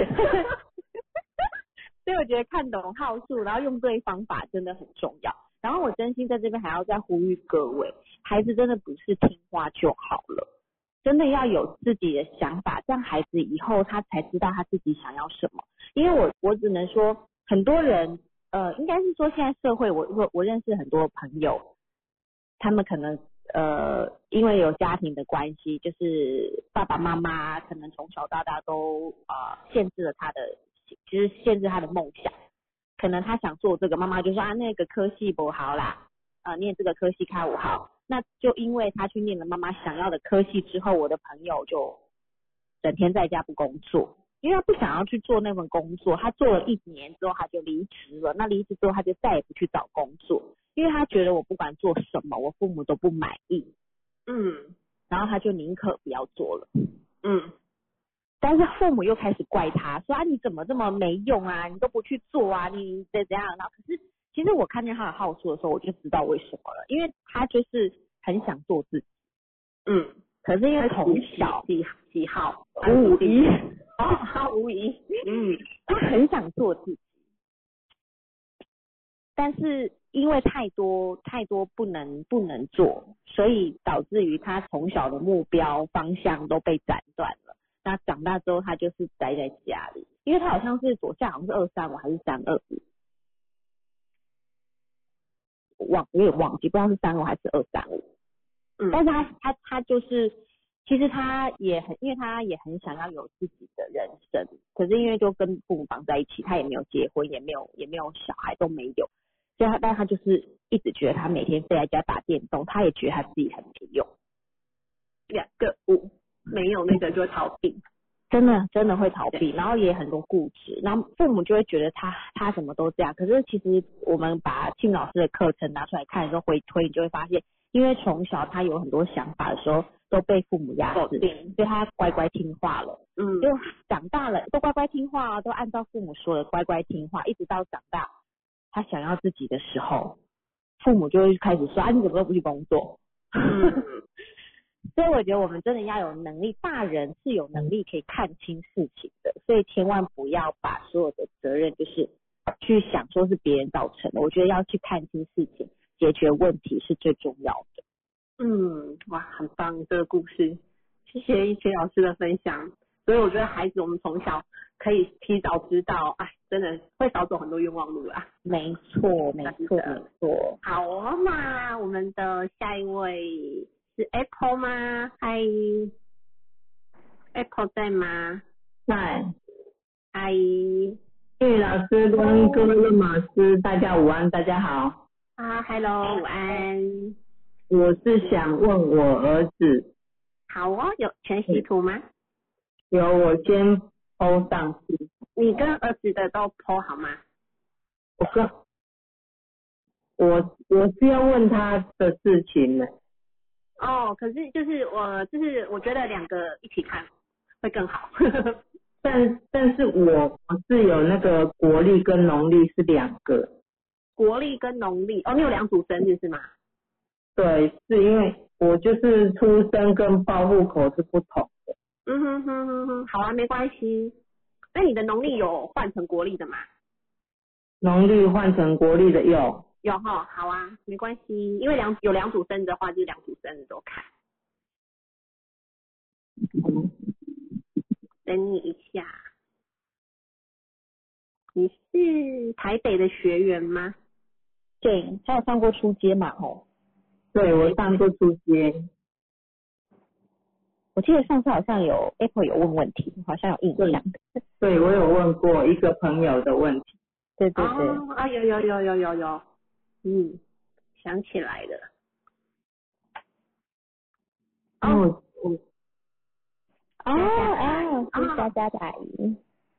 所以我觉得看懂号数，然后用对方法真的很重要。然后我真心在这边还要再呼吁各位，孩子真的不是听话就好了，真的要有自己的想法，这样孩子以后他才知道他自己想要什么。因为我我只能说，很多人呃，应该是说现在社会，我我我认识很多朋友。他们可能呃，因为有家庭的关系，就是爸爸妈妈可能从小到大都呃限制了他的，就是限制他的梦想。可能他想做这个，妈妈就说啊那个科系不好啦，呃念这个科系开五好。那就因为他去念了妈妈想要的科系之后，我的朋友就整天在家不工作，因为他不想要去做那份工作，他做了一年之后他就离职了。那离职之后他就再也不去找工作。因为他觉得我不管做什么，我父母都不满意，嗯，然后他就宁可不要做了，嗯，但是父母又开始怪他，说啊你怎么这么没用啊，你都不去做啊，你怎怎样？然后可是其实我看见他的号数的时候，我就知道为什么了，因为他就是很想做自己，嗯，可是因为从小几几号五五一， 哦，五五一，嗯， 他很想做自己。但是因为太多太多不能不能做，所以导致于他从小的目标方向都被斩断了。那长大之后，他就是待在家里，因为他好像是左下好像是二三五还是三二五，忘有点忘记，不知道是三五还是二三五。嗯，但是他他他就是，其实他也很，因为他也很想要有自己的人生，可是因为就跟父母绑在一起，他也没有结婚，也没有也没有小孩，都没有。所以他，但他就是一直觉得他每天飞在家打电动，他也觉得他自己很没用。 两个五没有那个就会逃避， 真的真的会逃避，然后也很多固执，然后父母就会觉得他他什么都这样。可是其实我们把庆老师的课程拿出来看的时候，回推你就会发现，因为从小他有很多想法的时候都被父母压制，所以他乖乖听话了。嗯，就长大了都乖乖听话，都按照父母说的乖乖听话，一直到长大。他想要自己的时候，父母就会开始说啊，你怎么都不去工作？嗯、 所以我觉得我们真的要有能力，大人是有能力可以看清事情的，所以千万不要把所有的责任就是去想说是别人造成的，我觉得要去看清事情，解决问题是最重要的。 嗯，哇，很棒这个故事，谢谢一群老师的分享。所以我觉得孩子我们从小可以提早知道，哎，真的会少走很多冤枉路啦。 没错，没错，没错。 好哦，那我们的下一位是 Apple 吗？嗨 ，Apple 在吗？ 在。 嗨， 玉老师跟各位论马师，大家午安，大家好。 啊 ，Hello， 午安。 我是想问我儿子。 好哦，有全息图吗？ 有，我先 po 上去。 你跟儿子的都 po 好吗？ 我跟，我我是要问他的事情呢。 哦，可是就是我就是我觉得两个一起看会更好。 但但是我我是有那个国历跟农历是两个。 国历跟农历，哦，你有两组生日是吗？ 对，是因为我就是出生跟报户口是不同的。 嗯哼哼哼哼，好啊，没关系。那你的农历有换成国历的吗？ 农历换成国历的有。 有哈，好啊，没关系，因为两有两组生日的话，就两组生日都看。 嗯， 等你一下，你是台北的学员吗？ 对，他有上过初阶嘛？吼。 对，我上过初阶。 我记得上次好像有 Apple 有问问题，好像有印象。 对，我有问过一个朋友的问题。 对对对。 哦，啊有有有有有有，嗯，想起来了。 哦我哦哦，是佳佳的阿姨。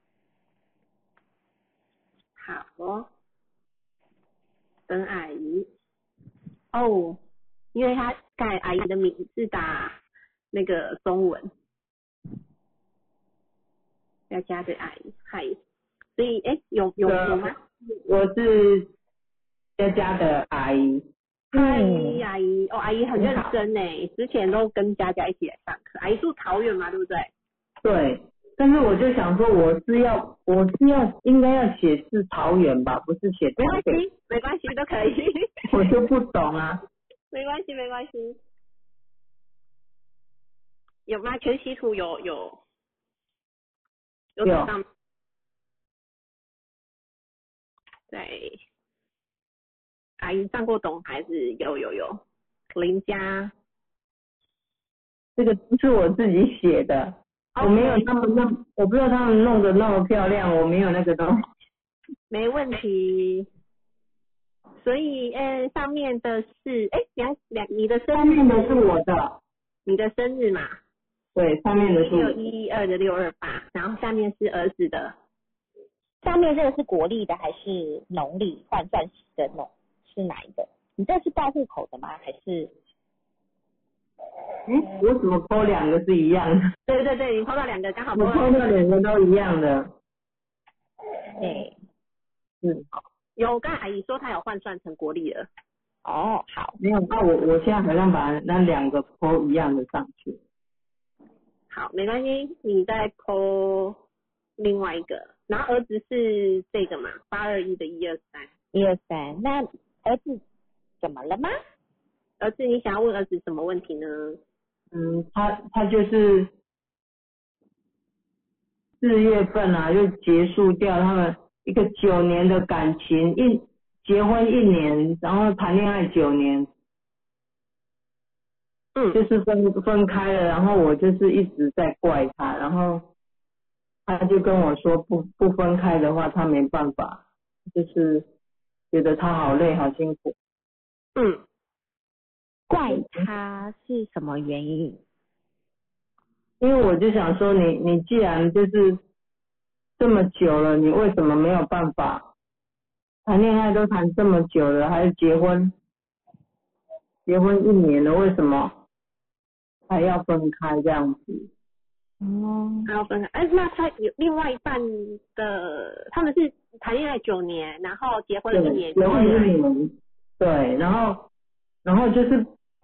好哦，跟阿姨。哦，因为他改阿姨的名字打那个中文，佳佳的阿姨，嗨，所以哎有有有吗？ 我是佳佳的阿姨。 嗨，阿姨，哦，阿姨很认真呢，之前都跟佳佳一起来上课。阿姨住桃园嘛，对不对？ 对，但是我就想说，我是要我是要应该要写是桃园吧，不是写台没关北。 系，没关系，都可以。 我就不懂啊。 没关系，没关系。有吗？全息图有有有找到吗？对，阿姨上过懂还是有有有。林家， 这个不是我自己写的， okay. 我没有他们弄，我不知道他们弄得那么漂亮，我没有那个东西。 没问题。所以，呃，上面的是，哎，两两，你的生日。 上面的是我的。 你的生日嘛？ 对，上面的是。 六一一二的六二八，然后下面是儿子的。 上面这个是国历的还是农历换算的农？是哪一个？你这是报户口的吗？还是？ 哎，我怎么抠两个是一样的？ 对对对，你抠到两个刚好。 我抠到两个都一样的。 对， 嗯。 有，刚才阿姨说她有换算成国历了。 哦，好。 没有，那我我现在好像把那两个抠一样的上去。 好，没关系，你再抠另外一个，然后儿子是这个嘛，八二一的一二三。 一二三，那儿子怎么了吗？ 儿子，你想要问儿子什么问题呢？ 嗯，他他就是四月份啊，就结束掉他们一个九年的感情，一结婚一年，然后谈恋爱九年， 嗯， 就是分分开了，然后我就是一直在怪他，然后他就跟我说不不分开的话，他没办法，就是觉得他好累好辛苦。 嗯。 怪他是什么原因？ 因为我就想说你你既然就是这么久了，你为什么没有办法谈恋爱都谈这么久了，还是结婚结婚一年了，为什么还要分开这样子？ 哦， 还要分开？哎，那他有另外一半的，他们是谈恋爱九年，然后结婚一年， 结婚一年，对，然后然后就是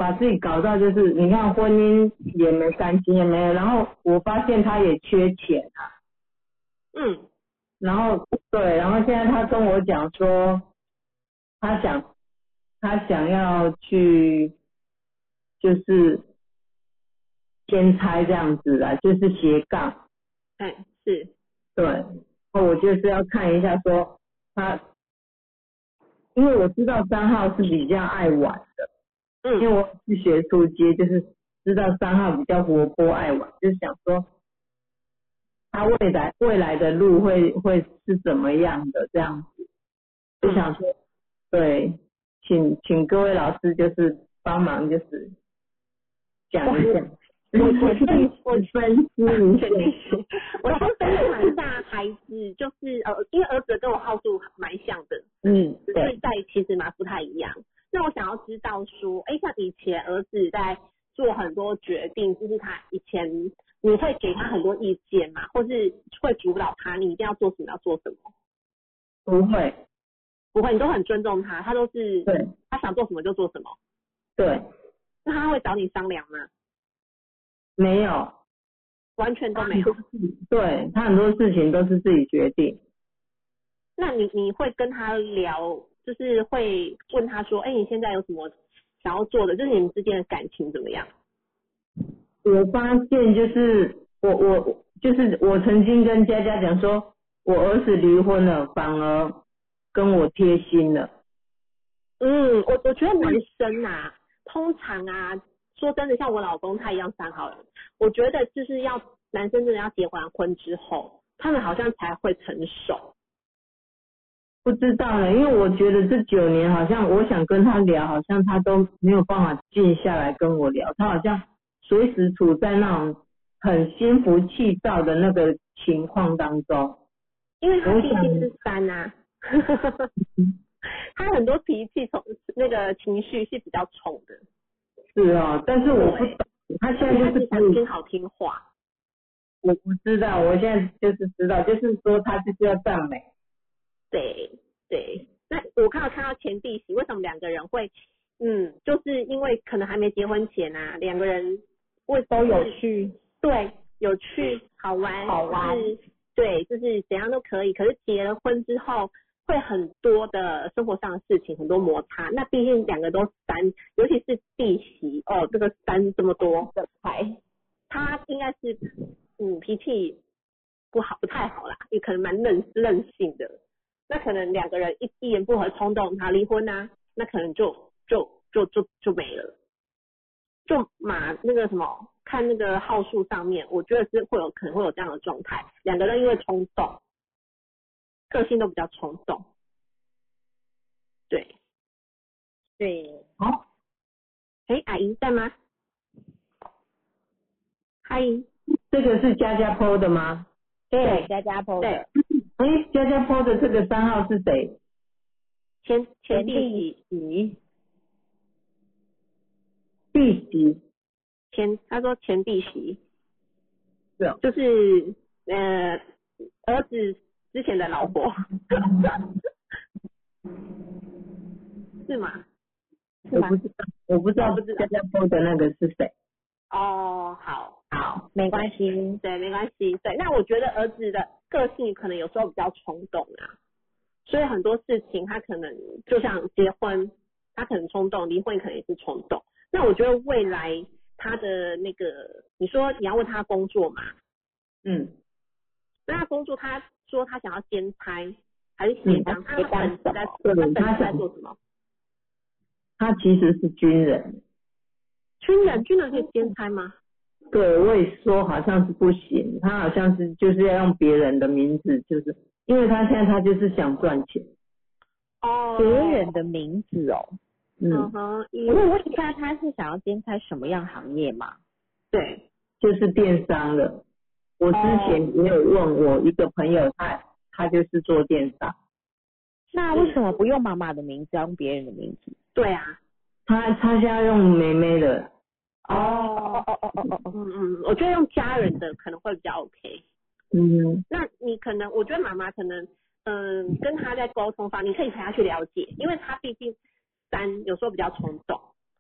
把自己搞到就是你看婚姻也没感情也没有，然后我发现他也缺钱啊， 嗯， 然后对，然后现在他跟我讲说，他想他想要去就是兼差这样子啦，就是斜杠， 哎是， 对，然后我就是要看一下说他，因为我知道三号是比较爱玩的。 嗯， 因为我是学初阶，就是知道三号比较活泼爱玩，就是想说他未来未来的路会会是怎么样的这样子，就想说，对，请请各位老师就是帮忙就是讲一下， 我我先我分析一下， 我先分享一下孩子，就是呃，因为儿子跟我号数蛮像的， 嗯， 只是在其实蛮不太一样。那我想要知道说，哎，像以前儿子在做很多决定，就是他以前你会给他很多意见嘛，或是会主导他，你一定要做什么要做什么？ 不会， 不会，你都很尊重他，他都是对， 他想做什么就做什么。 对， 那他会找你商量吗？ 没有， 完全都没有。 对，他很多事情都是自己决定。 那你你会跟他聊？就是会问他说，哎、欸，你现在有什么想要做的？就是你们之间的感情怎么样？ 我发现就是我我就是我曾经跟佳佳讲说，我儿子离婚了，反而跟我贴心了。 嗯，我我觉得男生啊，通常啊，说真的，像我老公他一样三号人，我觉得就是要男生真的要结完婚之后，他们好像才会成熟。 不知道呢，因为我觉得这九年好像我想跟他聊，好像他都没有办法静下来跟我聊，他好像随时处在那种很心浮气躁的那个情况当中。 因为他毕竟是三啊，他很多脾气从那个情绪是比较冲的。 是哦，但是我不懂，他现在就是想听好听话。 我不知道，我现在就是知道，就是说他就是要赞美。 对对，那我看到看到前弟媳，为什么两个人会，嗯，就是因为可能还没结婚前啊，两个人为都有趣， 对，有趣，好玩， 好玩， 就是对，就是怎样都可以。可是结了婚之后，会很多的生活上的事情，很多摩擦。那毕竟两个都三，尤其是弟媳哦，这个三这么多的牌，他应该是嗯脾气不好，不太好啦，也可能蛮任任性的。那可能两个人一一言不合冲动，他离婚啊，那可能就就就就就没了。就马那个什么，看那个号数上面，我觉得是会有可能会有这样的状态。两个人因为冲动，个性都比较冲动。对， 对， 好， 哎，阿姨在吗？阿姨， 这个是佳佳 P O 的吗？ 对，佳佳 P O 的。 哎，佳佳 P O 的这个三号是谁？ 前前弟媳。 弟媳。 前他说前弟媳。 是哦。 就是呃儿子之前的老婆。是吗？ 我不知道，我不知道， 不知道佳佳 P O 的那个是谁？ 哦，好， 好，没关系， 对，没关系，对。那我觉得儿子的个性可能有时候比较冲动啊，所以很多事情他可能就像结婚，他可能冲动，离婚可能也是冲动。那我觉得未来他的那个，你说你要问他工作嘛？ 嗯。 那他工作，他说他想要兼差还是斜杠？他本身在他对， 本身他在做什么？ 他其实是军人。 军人，军人可以兼差吗？ 对，我也说好像是不行，他好像是就是要用别人的名字，就是因为他现在他就是想赚钱。 哦， 别人的名字哦。 嗯哼， 我可以问一下，他是想要兼差什么样行业吗？ 对， 就是电商了。我之前也有问我一个朋友，他他就是做电商。 那为什么不用妈妈的名字，要用别人的名字？ 对啊， 他他现在用妹妹的。 哦哦哦哦哦哦，嗯嗯，我觉得用家人的可能会比较 OK。 嗯， 那你可能，我觉得妈妈可能，嗯，跟他在沟通方，你可以陪他去了解，因为他毕竟三有时候比较冲动，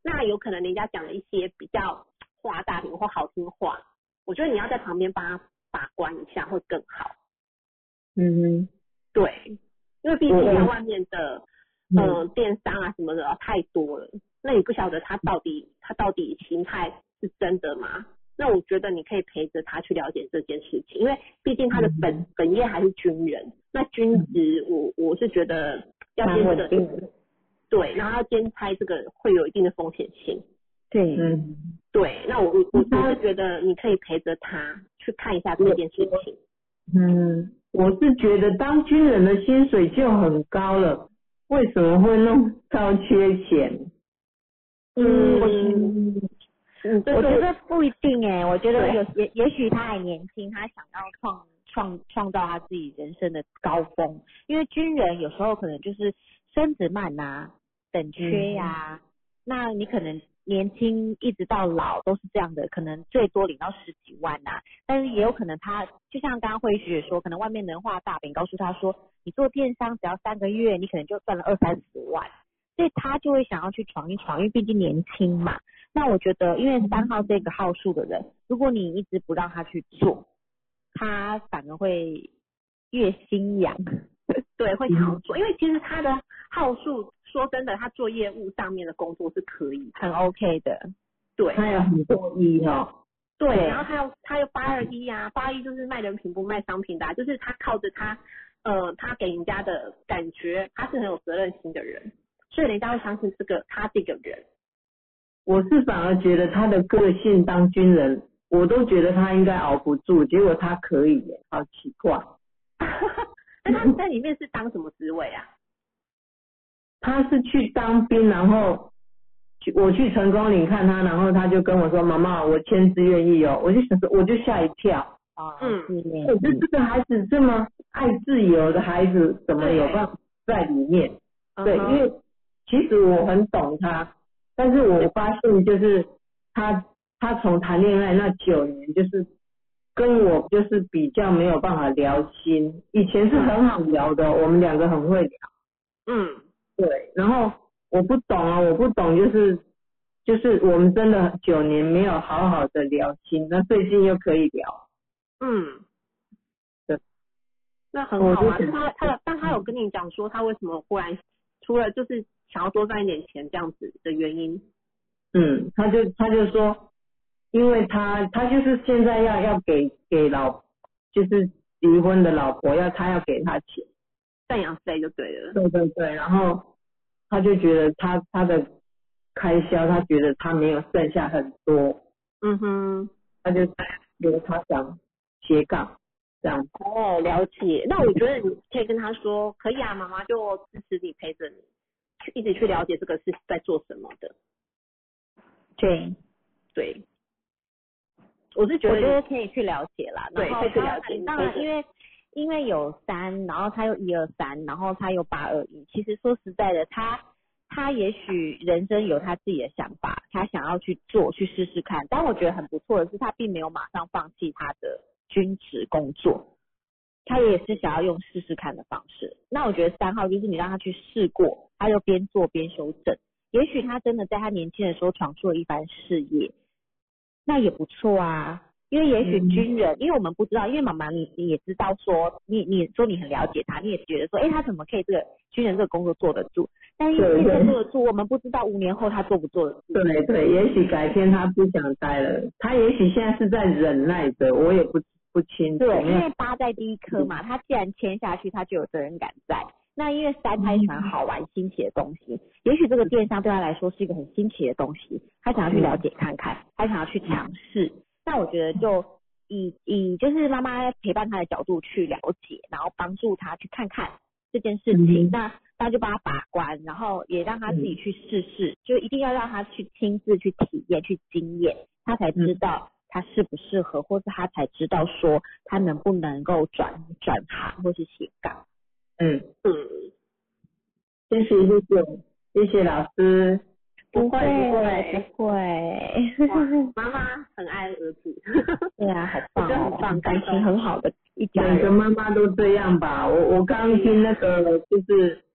那有可能人家讲了一些比较话大听或好听话，我觉得你要在旁边帮他把关一下会更好。 嗯哼， 对，因为毕竟在外面的嗯、呃、电商啊什么的太多了，那你不晓得他到底他到底形态是真的吗？那我觉得你可以陪着他去了解这件事情，因为毕竟他的本、嗯、本业还是军人，那军职我我是觉得要兼这个，对，然后要兼差这个会有一定的风险性。 对， 嗯， 对，那我我我是觉得你可以陪着他去看一下这件事情。 嗯，我是觉得当军人的薪水就很高了，为什么会弄到缺钱？ 嗯，嗯嗯，我觉得不一定哎、欸，我觉得有也也许他还年轻，他想要创创创造他自己人生的高峰，因为军人有时候可能就是升职慢啊，等缺呀、啊嗯，那你可能年轻一直到老都是这样的，可能最多领到十几万啊，但是也有可能他就像刚刚慧学说，可能外面人画大饼，告诉他说你做电商只要三个月，你可能就赚了二三十万，所以他就会想要去闯一闯，因为毕竟年轻嘛。那我觉得，因为三号这个号数的人，如果你一直不让他去做，他反而会越心痒， 对，会想要做，因为其实他的号数，说真的，他做业务上面的工作是可以很 OK 的， 对， 他有很多一哦， 对，然后他有他有八二一啊，八一就是卖人品不卖商品的、啊，就是他靠着他，呃，他给人家的感觉，他是很有责任心的人，所以人家会相信这个他这个人。 我是反而觉得他的个性当军人，我都觉得他应该熬不住，结果他可以耶，好奇怪。 那他在里面是当什么职位啊？ 他是去当兵，然后我去成功岭看他，然后他就跟我说：“妈妈，我签字愿意哦。”我就想说，我就吓一跳。 啊， 嗯， 我觉得这个孩子这么爱自由的孩子，怎么有办法在里面？对，因为其实我很懂他。但是我发现就是他他从谈恋爱那九年，就是跟我就是比较没有办法聊心，以前是很好聊的，我们两个很会聊。 嗯， 对，然后我不懂啊，我不懂就是就是我们真的九年没有好好的聊心，那最近又可以聊。 嗯， 对， 那很好啊。他他但他有跟你讲说他为什么忽然除了就是想要多赚一点钱这样子的原因？ 嗯，他就他就说，因为他他就是现在要要给给老就是离婚的老婆要他要给他钱赡养费就对了。 对对对，然后他就觉得他他的开销他觉得他没有剩下很多， 嗯哼， 他就觉得他想斜杠这样。 哦，了解。那我觉得你可以跟他说，可以啊，妈妈就支持你，陪着你。一直去了解这个是在做什么的。 对对，我是觉得我觉得可以去了解啦， 对，可以去了解。 当然，因为因为有三，然后他又一二三，然后他又八二一。其实说实在的，他他也许人生有他自己的想法，他想要去做，去试试看。但我觉得很不错的是，他并没有马上放弃他的军职工作。他也是想要用试试看的方式。那我觉得三号就是你让他去试过，他就边做边修正。也许他真的在他年轻的时候闯出了一番事业，那也不错啊。因为也许军人，嗯、因为我们不知道，因为妈妈你你也知道说，你你说你很了解他，你也觉得说，哎，他怎么可以这个军人这个工作做得住？但因为现在做得住，我们不知道五年后他做不做得住。 对对，也许改天他不想待了，他也许现在是在忍耐着，我也不。不清楚， 对，因为八在第一颗嘛，他既然签下去，他就有责任感在。那因为三他喜欢好玩新奇的东西，也许这个电商对他来说是一个很新奇的东西，他想要去了解看看，他想要去尝试。那我觉得就以以就是妈妈陪伴他的角度去了解，然后帮助他去看看这件事情，嗯、那那就帮他把关，然后也让他自己去试试，就一定要让他去亲自去体验、去经验，他才知道。他适不适合，或是他才知道说他能不能够转转行或是斜杠。 嗯嗯，谢谢谢谢谢谢老师。 不会不会不会， 妈妈很爱儿子。 对啊，好棒哦，很棒，感情很好的一家人。 每个妈妈都这样吧？我我刚听那个就是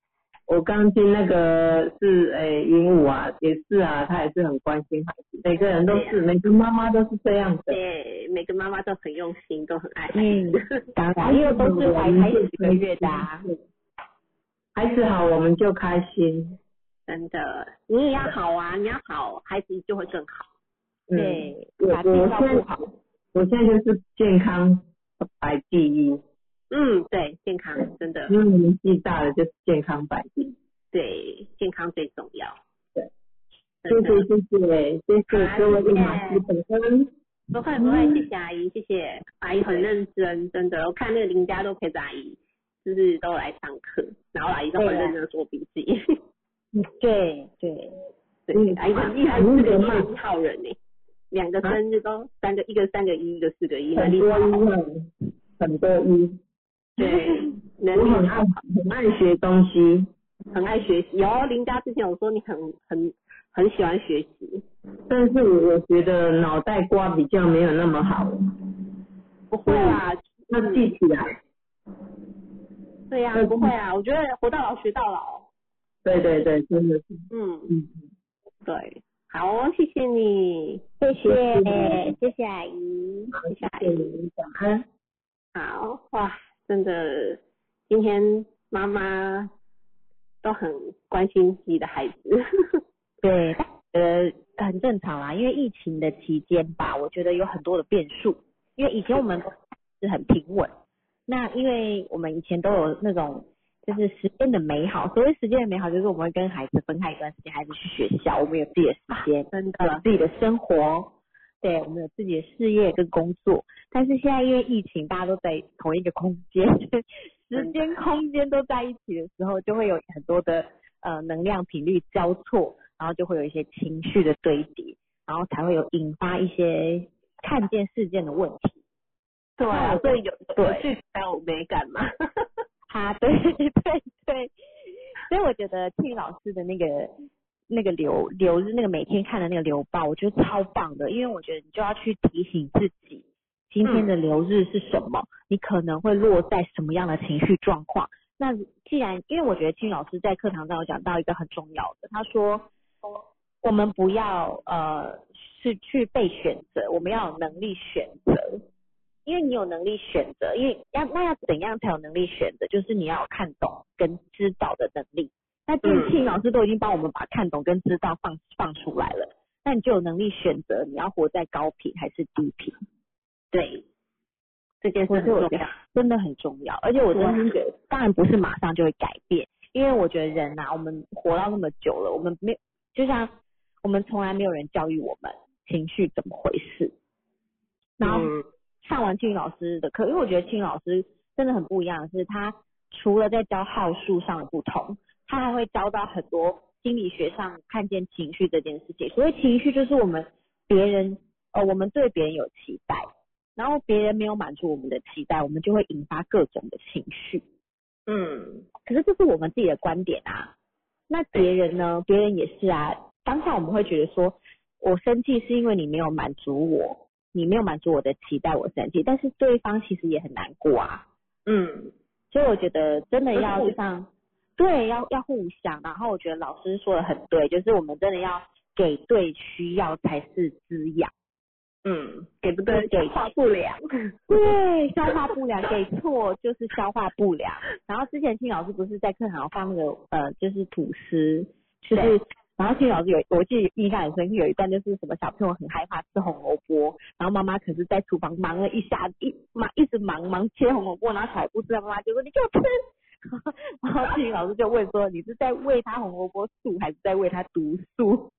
我刚听那个是诶云武啊，也是啊，他也是很关心孩子，每个人都是，每个妈妈都是这样的。 对，每个妈妈都很用心，都很爱孩子。 嗯，当然，因为都是怀胎十个月的啊。 孩子好，我们就开心。 真的，你也要好啊，你要好，孩子就会更好。 对， 嗯、 把自己照顾好。 我现在就是健康摆第一。 嗯，对，健康真的。 因为年纪大了，就是健康摆第一。 对，健康最重要。 对，谢谢谢谢谢谢各位马斯本身。 不会不会，谢谢阿姨，谢谢阿姨很认真，真的，我看那个林家都陪着阿姨，就是都来上课，然后阿姨都很认真的做笔记。 对对对，阿姨很厉害，四个一号人呢，两个生日都三个，一个三个一，一个四个一， 很多一，很多一。 对，能力很爱很爱学东西， 很爱学习。有林家之前有说你很很很喜欢学习， 但是我觉得脑袋瓜比较没有那么好。 不会啊， 那记起来。 对呀、啊，不会啊，我觉得活到老学到老。 对对对，真的是。 嗯嗯，对，好哦，谢谢你， 谢谢谢谢阿姨， 谢谢阿姨，晚安。 好哇。真的，今天妈妈都很关心自己的孩子。 对，呃，很正常啦，因为疫情的期间吧，我觉得有很多的变数。因为以前我们是很平稳，那因为我们以前都有那种就是时间的美好。所谓时间的美好，就是我们会跟孩子分开一段时间，孩子去学校，我们有自己的时间， 啊、真的有自己的生活。对，我们有自己的事业跟工作，但是现在因为疫情，大家都在同一个空间，时间空间都在一起的时候，就会有很多的呃能量频率交错，然后就会有一些情绪的堆叠，然后才会有引发一些看见事件的问题。 对啊，所以有有趣才有美感嘛。 啊，对对对，所以我觉得庆老师的那个。那个流流日那个每天看的那个流报，我觉得超棒的，因为我觉得你就要去提醒自己，今天的流日是什么，嗯、你可能会落在什么样的情绪状况。那既然，因为我觉得庆老师在课堂上有讲到一个很重要的，他说我们不要呃是去被选择，我们要有能力选择，因为你有能力选择，因为要那要怎样才有能力选择，就是你要有看懂跟知道的能力。那既然庆老师都已经帮我们把看懂跟知道放放出来了，那你就有能力选择你要活在高频还是低频。对，这件事很重要，真的很重要。而且我真心觉得，当然不是马上就会改变，因为我觉得人啊，我们活到那么久了，我们没就像我们从来没有人教育我们情绪怎么回事。然后上完庆老师的课，因为我觉得庆老师真的很不一样的是，他除了在教号数上的不同，他还会教到很多心理学上看见情绪这件事情。所谓情绪就是我们别人呃我们对别人有期待，然后别人没有满足我们的期待，我们就会引发各种的情绪。嗯，可是这是我们自己的观点啊。那别人呢？别人也是啊。当下我们会觉得说，我生气是因为你没有满足我，你没有满足我的期待，我生气。但是对方其实也很难过啊。嗯，所以我觉得真的要就像。对，要要互相，然后我觉得老师说的很对，就是我们真的要给对需要才是滋养。嗯，给不对消化不良。对，消化不良，给错就是消化不良。然后之前庆老师不是在课堂放那个呃，就是吐司，就是然后庆老师有我记得印象很深刻，有一段就是什么小朋友很害怕吃红萝卜，然后妈妈可是在厨房忙了一下一忙一直忙忙切红萝卜，然后小孩不吃，妈妈就说你给我吃。然后庆老师就问说，你是在喂他红萝卜素还是在喂他毒素？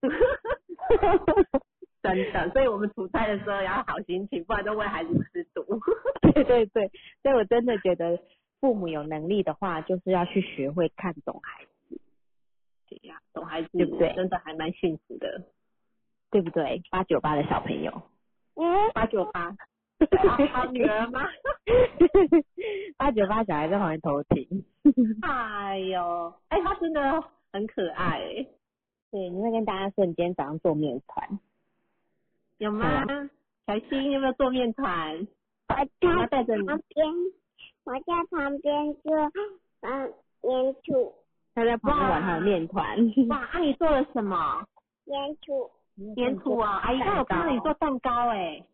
真的，所以我们煮菜的时候要好心情，不然就喂孩子吃毒。对对对，所以我真的觉得父母有能力的话，就是要去学会看懂孩子。对呀、啊，懂孩子对不对？真的还蛮幸福的，对不对？八九八的小朋友，嗯，八九八。好女儿吗？八九八小孩在旁边偷听。哎呦，哎、欸，他真的很可爱、欸。对，你会跟大家说你今天早上做面团，有吗？小新有没有做面团？我在旁边，我在旁边就嗯粘土。 他在旁边玩他的面团。 哇，啊你做了什么？ 粘土。 粘土啊，阿姨刚有看到你做蛋糕哎、欸，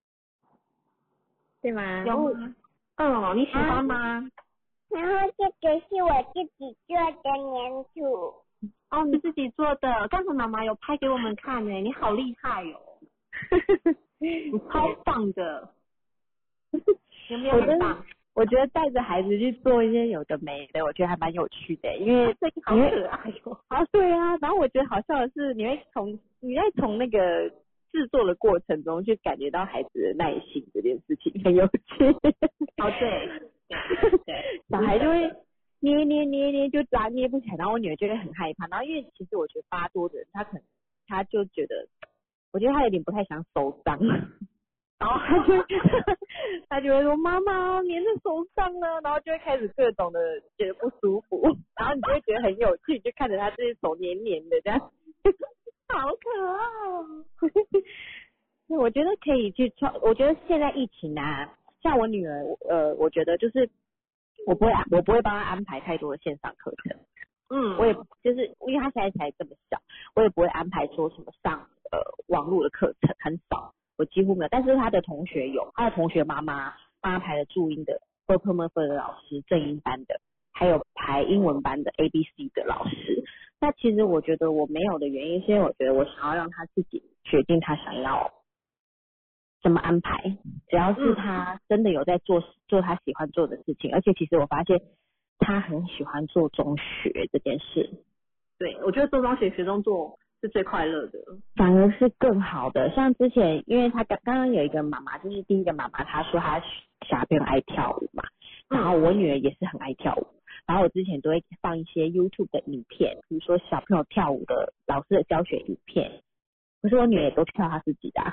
对吗？ 有吗？嗯，你喜欢吗？ 然后这个是我自己做的粘土。 哦，你自己做的，刚才妈妈有拍给我们看呢、欸，你好厉害哦，你超棒的，有没有很棒？ 我觉得带着孩子去做一些有的没的，我觉得还蛮有趣的，因为这个好可爱哦。 啊，对啊，然后我觉得好笑的是，你会从你会从那个制作的过程中去感觉到孩子的耐心，这件事情很有趣。 哦，对， 对，小孩就会捏捏捏捏就抓捏不起来，然后我女儿就会很害怕，然后因为其实我觉得八多的人，他可能他就觉得，我觉得他有点不太想手脏。然后他就他就会说妈妈粘在手上了，然后就会开始各种的觉得不舒服，然后你就会觉得很有趣，就看着他这些手黏黏的这样， 好可爱哦。 我觉得可以去创，我觉得现在疫情啊，像我女儿，呃，我觉得就是我不会我不会帮她安排太多的线上课程， 嗯， 我也就是因为她现在才这么小，我也不会安排说什么上呃网络的课程，很少。我几乎没有，但是他的同学有，他的同学妈妈帮他排了注音的 v o c a l Murphy 的老师，正音班的，还有排英文班的 A B C 的老师。那其实我觉得我没有的原因，是因为我觉得我想要让他自己决定他想要怎么安排，只要是他真的有在做做他喜欢做的事情，而且其实我发现他很喜欢做中学这件事。 对，我觉得做中学学中做是最快乐的， 反而是更好的。像之前，因为他刚刚刚有一个妈妈，就是第一个妈妈，她说她小朋友爱跳舞嘛，然后我女儿也是很爱跳舞，然后我之前都会放一些 YouTube 的影片，比如说小朋友跳舞的老师的教学影片，可是我女儿也都跳她自己的、啊，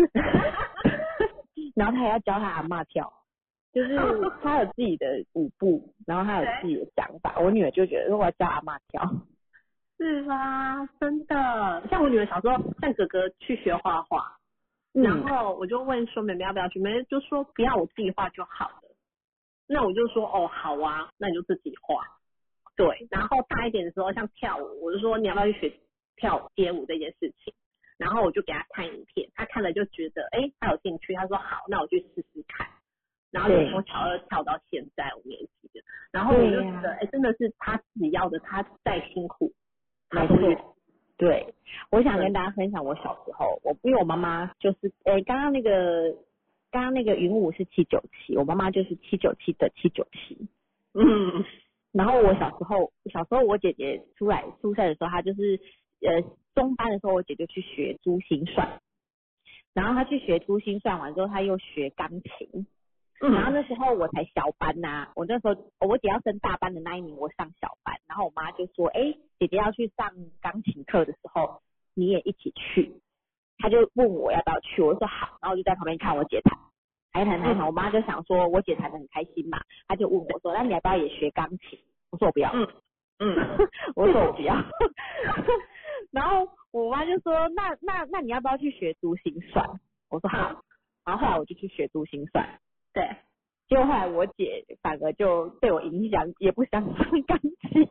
然后她还要教她阿嬷跳，就是她有自己的舞步，然后她有自己的想法，我女儿就觉得如果要教阿嬷跳。 是吧？真的，像我女儿小时候，像哥哥去学画画， 嗯、 然后我就问说妹妹要不要去，妹妹就说不要，我自己画就好了。那我就说哦好啊，那你就自己画。对，然后大一点的时候，像跳舞，我就说你要不要去学跳舞街舞这件事情，然后我就给他看影片，他看了就觉得哎他有兴趣，他说好，那我去试试看。然后就从小二跳到现在五年级的，然后我就觉得哎、啊、真的是他自己要的，他再辛苦。 没错，对，我想跟大家分享我小时候，我因为我妈妈就是，诶，刚刚那个刚刚那个云舞是七九七，我妈妈就是七九七的七九七， 嗯， 然后我小时候小时候我姐姐出来出赛的时候，她就是呃中班的时候，我姐就去学珠心算，然后她去学珠心算完之后，她又学钢琴。嗯、然后那时候我才小班呐、啊，我那时候我姐要升大班的那一年，我上小班，然后我妈就说，哎，姐姐要去上钢琴课的时候，你也一起去，她就问我要不要去，我就说好，然后我就在旁边看我姐弹，弹弹弹弹，我妈就想说我姐弹得很开心嘛，她就问我说，那你要不要也学钢琴？我说我不要， 嗯嗯， 我说我不要，然后我妈就说，那那那你要不要去学珠心算？我说好，然后后来我就去学珠心算。 对， 结果后来我姐反而就被我影响，也不想上钢琴。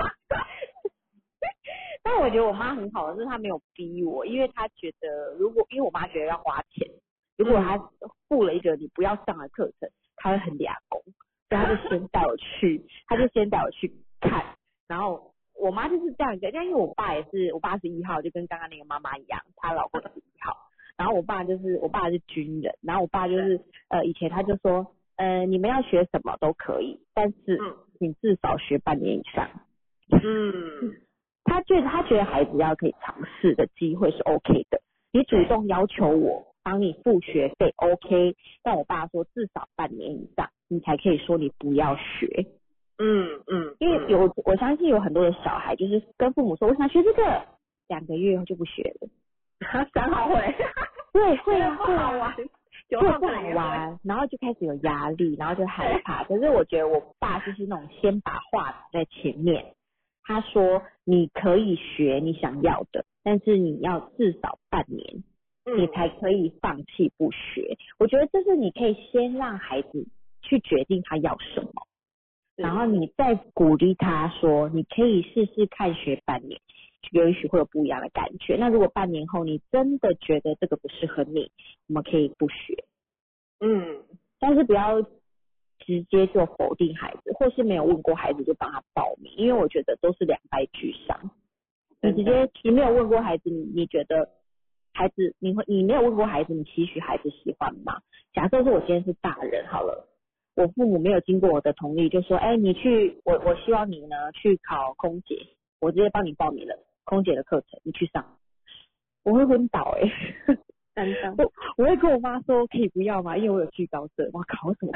但我觉得我妈很好的是，她没有逼我，因为她觉得如果因为我妈觉得要花钱，如果她付了一个你不要上的课程，她会很俩公，所以她就先带我去，她就先带我去看。然后我妈就是这样一个，因为我爸也是，我爸是一号，就跟刚刚那个妈妈一样，她老公是一号。然后我爸就是我爸是军人，然后我爸就是呃以前他就说呃你们要学什么都可以，但是你至少学半年以上。 嗯， 他觉得他觉得孩子要可以尝试的机会是 OK 的，你主动要求我帮你付学费 OK， 但我爸说至少半年以上，你才可以说你不要学。 嗯嗯， 因为有我相信有很多的小孩就是跟父母说我想学这个，两个月后就不学了。 三好会， 对，会啊，会好玩， 就不好玩，然后就开始有压力，然后就害怕。可是我觉得我爸就是那种先把话打在前面，他说你可以学你想要的，但是你要至少半年，嗯、你才可以放弃不学。我觉得这是你可以先让孩子去决定他要什么， 然后你再鼓励他说，你可以试试看学半年，也许会有不一样的感觉。那如果半年后你真的觉得这个不适合你，我们可以不学。 嗯， 但是不要直接就否定孩子，或是没有问过孩子就帮他报名，因为我觉得都是两败俱伤。你直接你没有问过孩子，你你觉得孩子你会你没有问过孩子，你期许孩子喜欢吗？假设是我今天是大人好了，我父母没有经过我的同意就说，哎，你去我我希望你呢去考空姐，我直接帮你报名了空姐的课程，你去上，我会昏倒哎、欸。 真的， 我我会跟我妈说可以不要吗？因为我有惧高症。我靠，什么？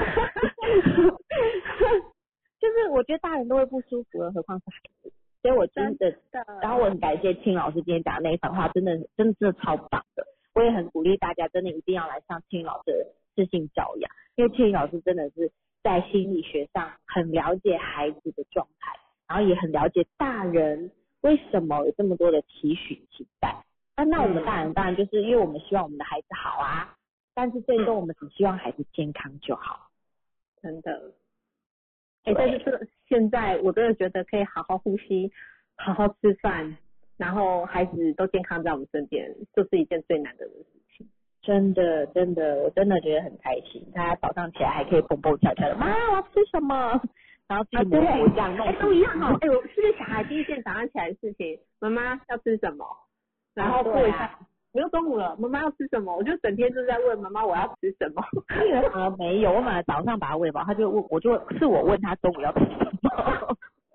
就是我觉得大人都会不舒服了，何况是孩子。所以我真的，然后我很感谢庆老师今天讲的那一番话，真的真的真的超棒的。我也很鼓励大家，真的一定要来上庆老师的自信教养，因为庆老师真的是在心理学上很了解孩子的状态，然后也很了解大人为什么有这么多的期许期待。啊、那我们大人当然就是因为我们希望我们的孩子好啊，但是最终我们只希望孩子健康就好。 真的。哎、欸，但是这个现在我真的觉得可以好好呼吸，好好吃饭，然后孩子都健康在我们身边，就是一件最难得的事情。 真的真的，我真的觉得很开心。他早上起来还可以蹦蹦跳跳的，妈，我要吃什么？然后自己模糊这样弄， 哎、欸，都一样哦。哎、欸，我是不是小孩第一件早上起来的事情？妈妈要吃什么？然后过一下，没有中午了，妈妈要吃什么？我就整天就在问妈妈我要吃什么。 女儿反而没有，我反而早上把他喂饱，他就问，我就是我问他中午要吃什么。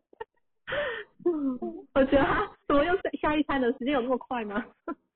我觉得他怎么又下一餐的时间有那么快吗？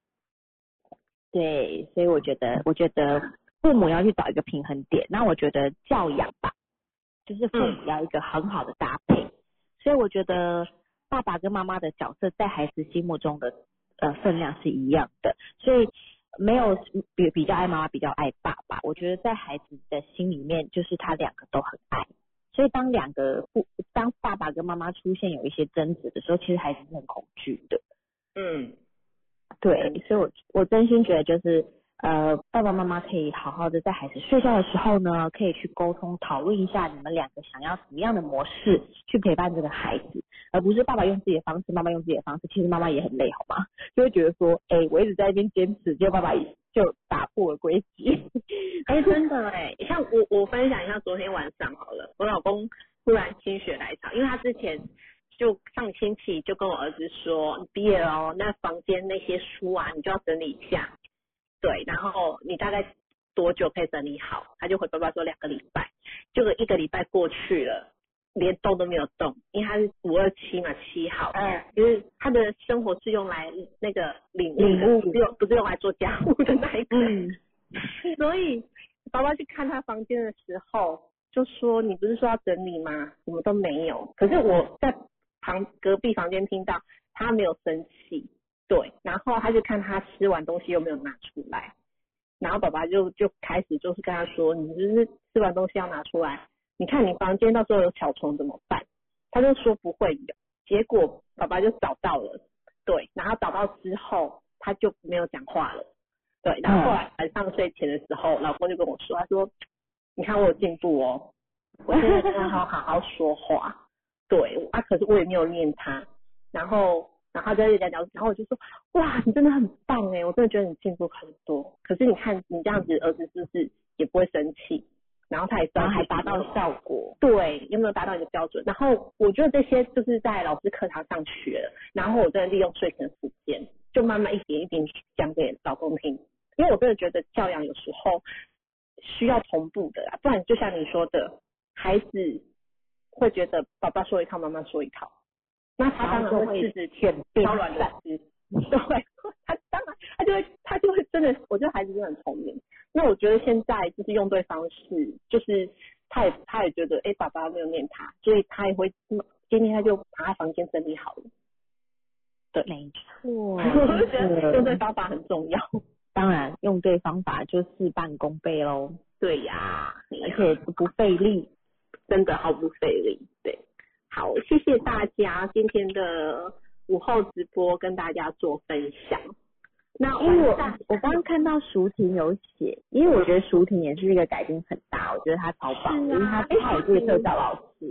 对，所以我觉得，我觉得父母要去找一个平衡点。那我觉得教养吧，就是父母要一个很好的搭配。嗯、所以我觉得爸爸跟妈妈的角色在孩子心目中的呃分量是一样的，所以没有比比较爱妈妈，比较爱爸爸。我觉得在孩子的心里面，就是他两个都很爱。所以当两个父，当爸爸跟妈妈出现有一些争执的时候，其实孩子是很恐惧的。 嗯， 对，所以我我真心觉得就是呃，爸爸妈妈可以好好的在孩子睡觉的时候呢，可以去沟通讨论一下你们两个想要什么样的模式去陪伴这个孩子，而不是爸爸用自己的方式，妈妈用自己的方式。其实妈妈也很累，好吗？就会觉得说，哎、欸，我一直在那边坚持，结果爸爸就打破了规矩。 哎、欸，真的哎、欸，像我我分享一下昨天晚上好了，我老公突然心血来潮，因为他之前就上星期就跟我儿子说，你毕业了哦，那房间那些书啊，你就要整理一下。对，然后你大概多久可以整理好？他就回爸爸说两个礼拜，结果一个礼拜过去了，连动都没有动，因为他是五二七嘛，七号，嗯，就是他的生活是用来那个领悟的，不是用不是用来做家务的那一个，嗯，所以爸爸去看他房间的时候，就说你不是说要整理吗？怎么都没有？可是我在旁隔壁房间听到他没有生气。对，然后他就看他吃完东西有没有拿出来，然后爸爸就就开始就是跟他说，你就是吃完东西要拿出来，你看你房间到时候有小虫怎么办？他就说不会有，结果爸爸就找到了，对，然后找到之后他就没有讲话了，对，然后后来晚上睡前的时候，老公就跟我说，他说你看我有进步哦，我现在跟他好好好说话，对，啊，可是我也没有念他，然后。然后在讲讲，然后我就说，哇，你真的很棒哎，我真的觉得你进步很多。可是你看你这样子，儿子是不是也不会生气？然后他也知道还达到效果，对，有没有达到你的标准？然后我觉得这些就是在老师课堂上学了，然后我真的利用睡前时间，就慢慢一点一点讲给老公听。因为我真的觉得教养有时候需要同步的啦，不然就像你说的，孩子会觉得爸爸说一套，妈妈说一套。那他当然会试着选挑软的吃，对，他当然他就会他就会真的，我觉得孩子真的很聪明。那我觉得现在就是用对方式，就是他也他也觉得，哎、欸，爸爸没有念他，所以他也会今天他就把他房间整理好了。对， 没错，我就觉得用对方法很重要。 当然，用对方法就事半功倍喽。 对呀， 而且不费力， 真的毫不费力。对。好，谢谢大家今天的午后直播跟大家做分享。那因为我我刚刚看到淑婷有写，因为我觉得淑婷也是一个改变很大，我觉得她超棒的，啊、因为她她也是特教老师。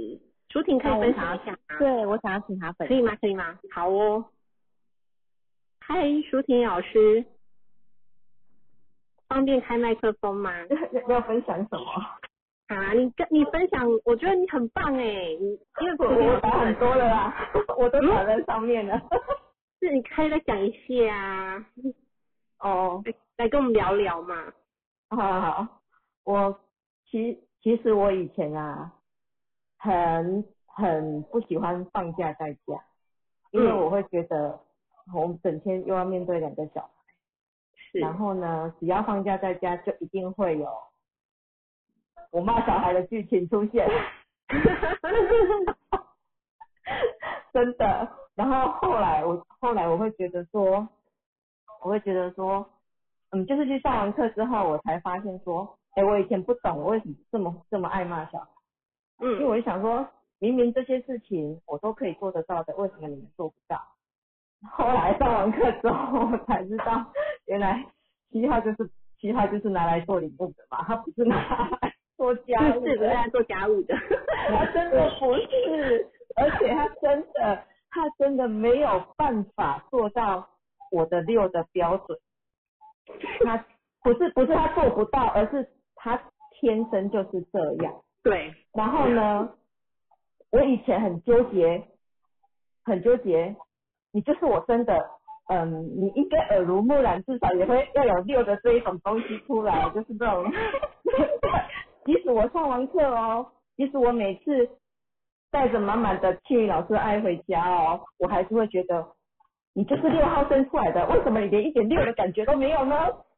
舒婷可以分享一下吗？ 对，我想要请他分享。 可以吗？可以吗？好哦。嗨，舒婷老师，方便开麦克风吗？ 要要分享什么？ 啊，你跟你分享，我觉得你很棒哎，你因为我我打很多了啦，我都打在上面了。 是，你可以再讲一下啊。 哦， 来跟我们聊聊嘛。 好好好，我其其实我以前啊，很很不喜欢放假在家，因为我会觉得我们整天又要面对两个小孩， 是， 然后呢，只要放假在家就一定会有我骂小孩的剧情出现，真的。然后后来我后来我会觉得说，我会觉得说，嗯，就是去上完课之后，我才发现说，哎，我以前不懂我为什么这么这么爱骂小孩，嗯，因为我就想说，明明这些事情我都可以做得到的，为什么你们做不到？后来上完课之后，我才知道，原来七号就是七号就是拿来做礼物的嘛，他不是拿来做家务的， 是不是拿来做家务的？ 他真的不是，而且他真的他真的没有办法做到我的六的标准。他不是不是他做不到，而是他天生就是这样。 对。 然后呢，我以前很纠结，很纠结，你就是我生的，嗯，你应该耳濡目染，至少也会要有六的这一种东西出来，就是这种。即使我上完课哦，即使我每次带着满满的庆余老师的爱回家哦，我还是会觉得你就是六号生出来的，为什么你连一点六的感觉都没有呢？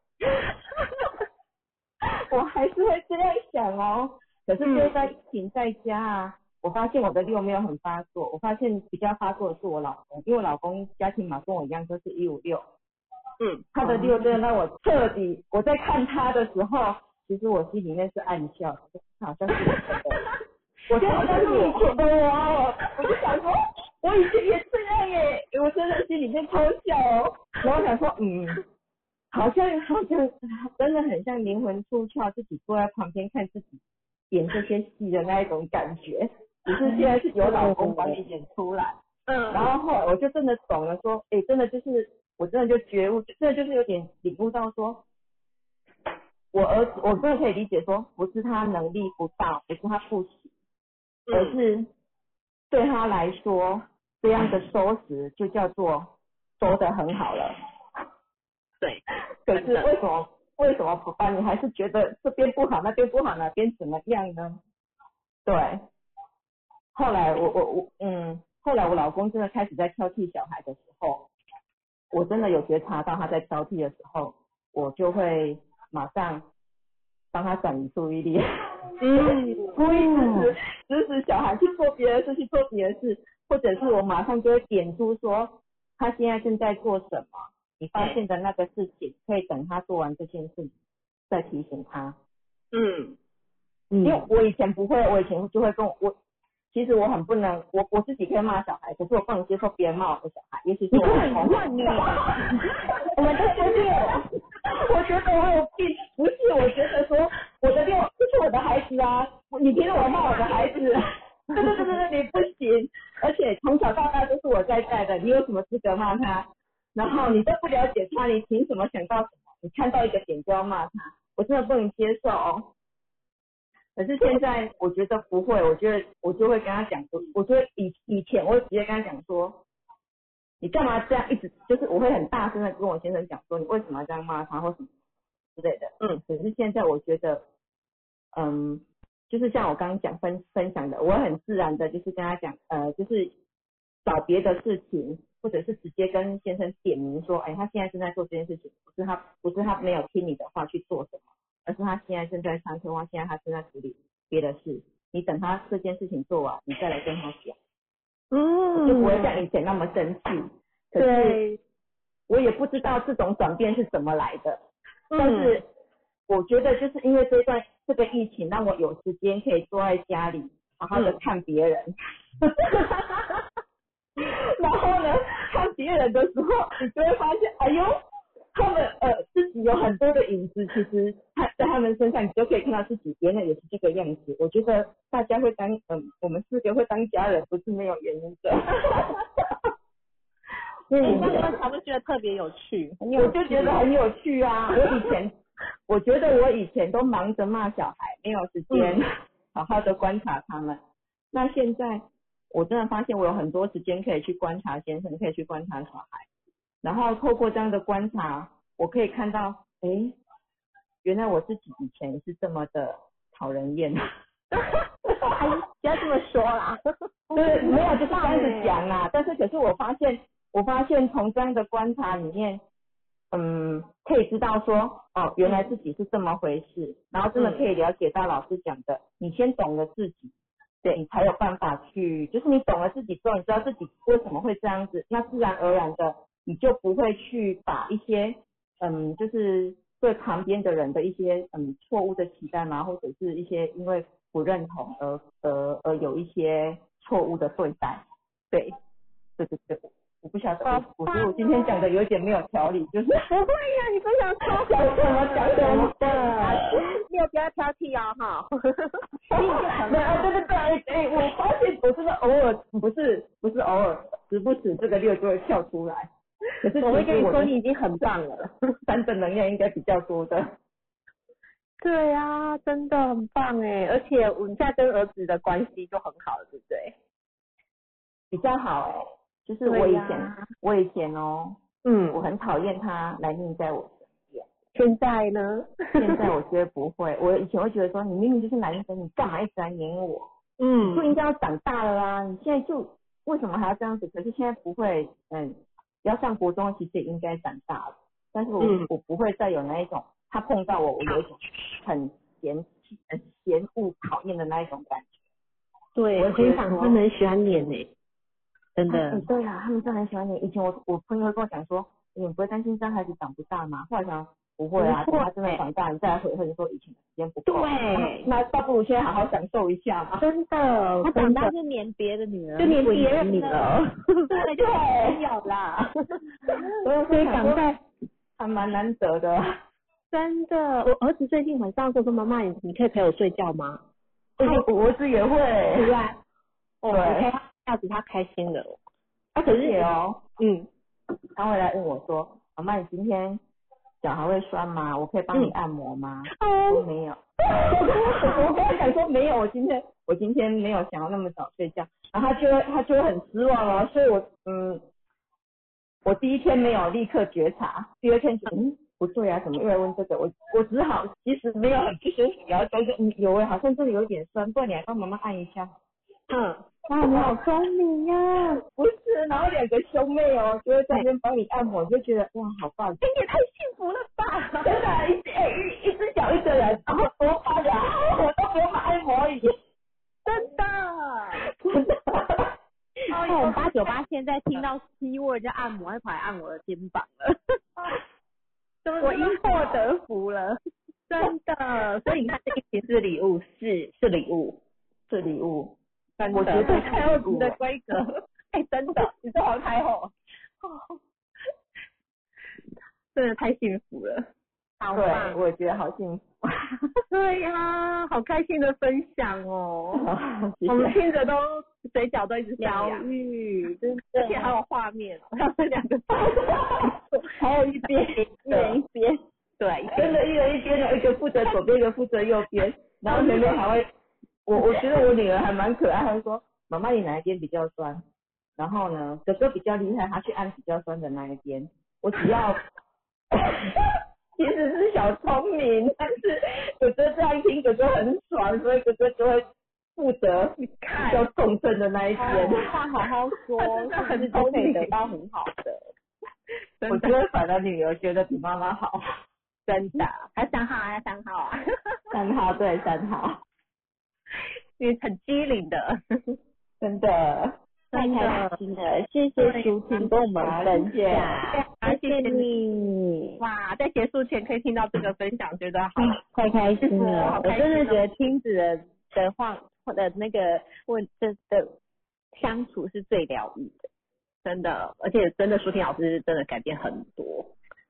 我还是会这样想哦。可是现在疫情在家啊，我发现我的六没有很发作，我发现比较发作的是我老公，因为我老公家庭码跟我一样都是一五六，嗯，他的六真的让我彻底，我在看他的时候，其实我心里面是暗笑，好像是我的。我觉得好像是以前的我哦，我就想说，我以前也这样耶，我真的心里面偷笑哦。然后想说，嗯，好像好像真的很像灵魂出窍，自己坐在旁边看自己演这些戏的那一种感觉。只是现在是有老公把你演出来，嗯，然后后来我就真的懂了，说，哎，真的就是我真的就觉悟，真的就是有点领悟到说。我儿子，我真的可以理解说，不是他能力不到，不是他不行，而是对他来说，这样的收拾就叫做收得很好了。 对， 可是为什么为什么不办？你还是觉得这边不好，那边不好，哪边怎么样呢？对，后来我我我嗯，后来我老公真的开始在挑剔小孩的时候，我真的有觉察到他在挑剔的时候，我就会。马上帮他转移注意力，嗯，故意支持支持小孩去做别的事，去做别的事，或者是我马上就会点出说他现在正在做什么，你发现的那个事情，可以等他做完这件事再提醒他。嗯，因为我以前不会，我以前就会跟我我。其实我很不能，我我自己可以骂小孩，可是我不能接受别人骂我的小孩，尤其是我老公。你我们都说对了，我觉得我有病，不是，我觉得说我的六这是我的孩子啊，你凭什么骂我的孩子？对对对对对，你不行，而且从小到大都是我在带的，你有什么资格骂他？然后你都不了解他，你凭什么想到什么？你看到一个点就要骂他，我真的不能接受哦。可是现在我觉得不会，我觉得我就会跟他讲，我我觉得以以前我会直接跟他讲说，你干嘛这样一直，就是我会很大声的跟我先生讲说，你为什么要这样骂他或什么之类的。嗯，可是现在我觉得，嗯，就是像我刚刚讲分分享的，我很自然的就是跟他讲，呃，就是找别的事情，或者是直接跟先生点名说，哎，他现在正在做这件事情，不是他不是他没有听你的话去做什么。而是他现在正在上课，或现在他正在处理别的事，你等他这件事情做完，你再来跟他讲，嗯，就不会像以前那么生气。可是我也不知道这种转变是怎么来的，嗯、但是我觉得就是因为这段这个疫情，让我有时间可以坐在家里，好好的看别人。嗯、然后呢，看别人的时候，你就会发现，哎呦。他们呃自己有很多的影子，其实他在他们身上，你都可以看到自己原来也是这个样子。我觉得大家会当，嗯，我们四个会当家人，不是没有原因的。 嗯，那观察就觉得特别有趣， 我就觉得很有趣啊！我以前，我觉得我以前都忙着骂小孩，没有时间好好的观察他们。那现在我真的发现我有很多时间可以去观察先生，可以去观察小孩，然后透过这样的观察，我可以看到，哎，原来我自己以前是这么的讨人厌。 哎，不要这么说啦。 对，没有就是这样子讲啦。但是可是我发现，我发现从这样的观察里面，嗯，可以知道说，哦，原来自己是这么回事，然后真的可以了解到老师讲的，你先懂了自己。对，你才有办法去，就是你懂了自己之后，你知道自己为什么会这样子，那自然而然的你就不会去把一些嗯，就是对旁边的人的一些嗯错误的期待嘛，或者是一些因为不认同而而而有一些错误的对待。对，对对对，我不晓得，我我觉得我今天讲的有点没有条理，就是不会呀，你分享超讲什么讲什么的， 没有不要挑剔哦哈。 没有，对对对，哎哎，我发现我真的偶尔不是不是偶尔，时不时这个六就会跳出来。可是我会跟你说，你已经很棒了， 三的能量应该比较多的。 对啊，真的很棒哎，而且我们现在跟儿子的关系就很好了，对不对？ 比较好哎，就是我以前、啊、我以前哦，嗯，我很讨厌他来腻在我身边。 现在呢？ 现在我觉得不会，我以前会觉得说，你明明就是男生，你干嘛一直来黏我？嗯，就应该要长大了啦，你现在就为什么还要这样子？可是现在不会，嗯，要上国中其实也应该长大了，但是我、嗯、我不会再有那一种他碰到我，我有一种很嫌弃、很嫌恶、讨厌的那一种感觉。 对，我经常他们很喜欢黏诶、欸，真的。 啊、对啊，他们真的很喜欢黏。以前我我朋友会跟我讲说，你不会担心这样孩子长不大吗？后来想不会啊，等他真的长大，你再来悔恨说以前的时间不够。 对， 那倒不如现在好好享受一下嘛。 真的，他长大就黏别的女儿，就黏别人女儿。对，就没有啦。 所以长大还蛮难得的。 真的，我儿子最近晚上说说妈妈，你你可以陪我睡觉吗？ 我我儿子也会， 对不对？ 哦， 对，这样子他开心了。他可是哦， 嗯， 他会来问我说，妈妈，你今天脚还会酸吗？我可以帮你按摩吗？ 哦、 嗯，我没有。我我跟他讲说没有，我今天我今天没有想要那么早睡觉，然后他就会他就会很失望哦，所以我嗯，我第一天没有立刻觉察，第二天就嗯。不对啊，怎么又来问这个？我我只好其实没有很不舒服，然后说嗯有哎，好像这里有点酸，不然你来帮妈妈按一下。嗯， 哇，你好聪明呀！ 不是，然后两个兄妹哦，就会在那边帮你按摩，就觉得哇，好棒！ 哎，也太幸福了吧！ 真的，一哎一一只脚一个人，然后多棒呀！我都不用按摩椅， 真的， 真的。 哦，我们八九八现在听到 C word 叫按摩，还跑来按我的肩膀了。我因祸得福了，真的。所以你看，这一期是礼物，是是礼物， 是礼物。 我觉得太后级的规格，哎，真的，你这皇太后，真的太幸福了。好对，我也觉得好幸福。 对呀、啊，好开心的分享哦。 谢谢我们听着都嘴角都一直疗愈，真的，而且还有画面哦，他们两个， 还有一边一人一边， 对， 真的，一人一边的，一个负责左边，一个负责右边，然后前面还会，我我觉得我女儿还蛮可爱，她会说妈妈你哪一边比较酸，然后呢哥哥比较厉害，他去按比较酸的那一边，我只要。其实是小聪明，但是哥哥这样听，哥哥很爽，所以哥哥就会负责比较重症的那一边。 他好好说，真的很聪明， 得到很好的。 我觉得反而女儿学的比妈妈好， 真的。还三号啊，三号啊， 三号对三号， 因为很机灵的， 真的。 太开心了，谢谢淑婷跟我们分享， 谢谢你。哇，在结束前可以听到这个分享，觉得好， 太开心了。我真的觉得亲子的的话的那个问这的相处是最疗愈的， 真的，而且真的淑婷老师真的改变很多。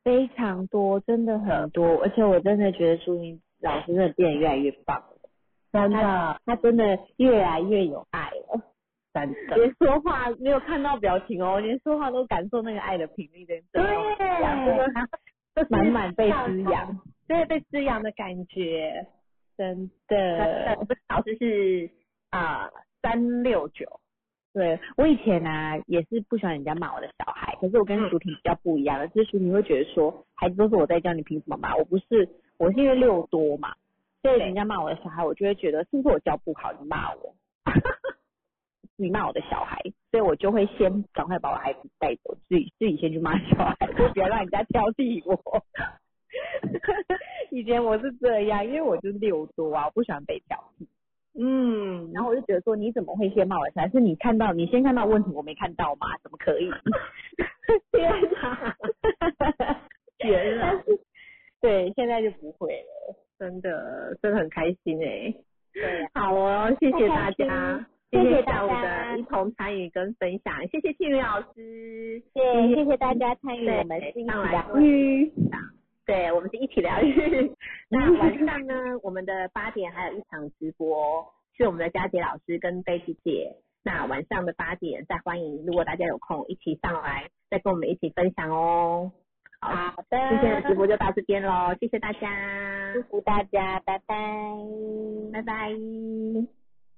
非常多，真的很多，而且我真的觉得淑婷老师真的变得越来越棒了， 真的， 他真的越来越有爱了， 真的， 连说话没有看到表情哦，连说话都感受那个爱的频率在对， 这个满满被滋养， 对，被滋养的感觉，真的。 老师是啊三六九。 对，我以前啊也是不喜欢人家骂我的小孩，可是我跟淑婷比较不一样的，就是淑婷会觉得说孩子都是我在教，你凭什么骂我？不是，我是因为六多嘛，所以人家骂我的小孩，我就会觉得是不是我教不好你骂我，你骂我的小孩，所以我就会先赶快把我孩子带走，自己自己先去骂小孩，就不要让人家挑剔我。以前我是这样，因为我就是六多啊，我不喜欢被挑剔。嗯，然后我就觉得说，你怎么会先骂我的小孩？是你看到你先看到问题，我没看到吗？怎么可以？天哪！ 天哪！ 对，现在就不会了， 真的，真的很开心哎、欸。 对、啊， 好哦，谢谢大家， 谢谢下午的一同参与跟分享，谢谢庆云老师， 对，谢谢大家参与我们是一起疗愈。 对，我们是一起疗愈。那晚上呢，我们的八点还有一场直播，是我们的佳杰老师跟贝琪姐。那晚上的八点再欢迎，如果大家有空一起上来，再跟我们一起分享哦。好, 好的， 今天的直播就到这边咯，谢谢大家， 祝福大家，拜拜， 拜拜。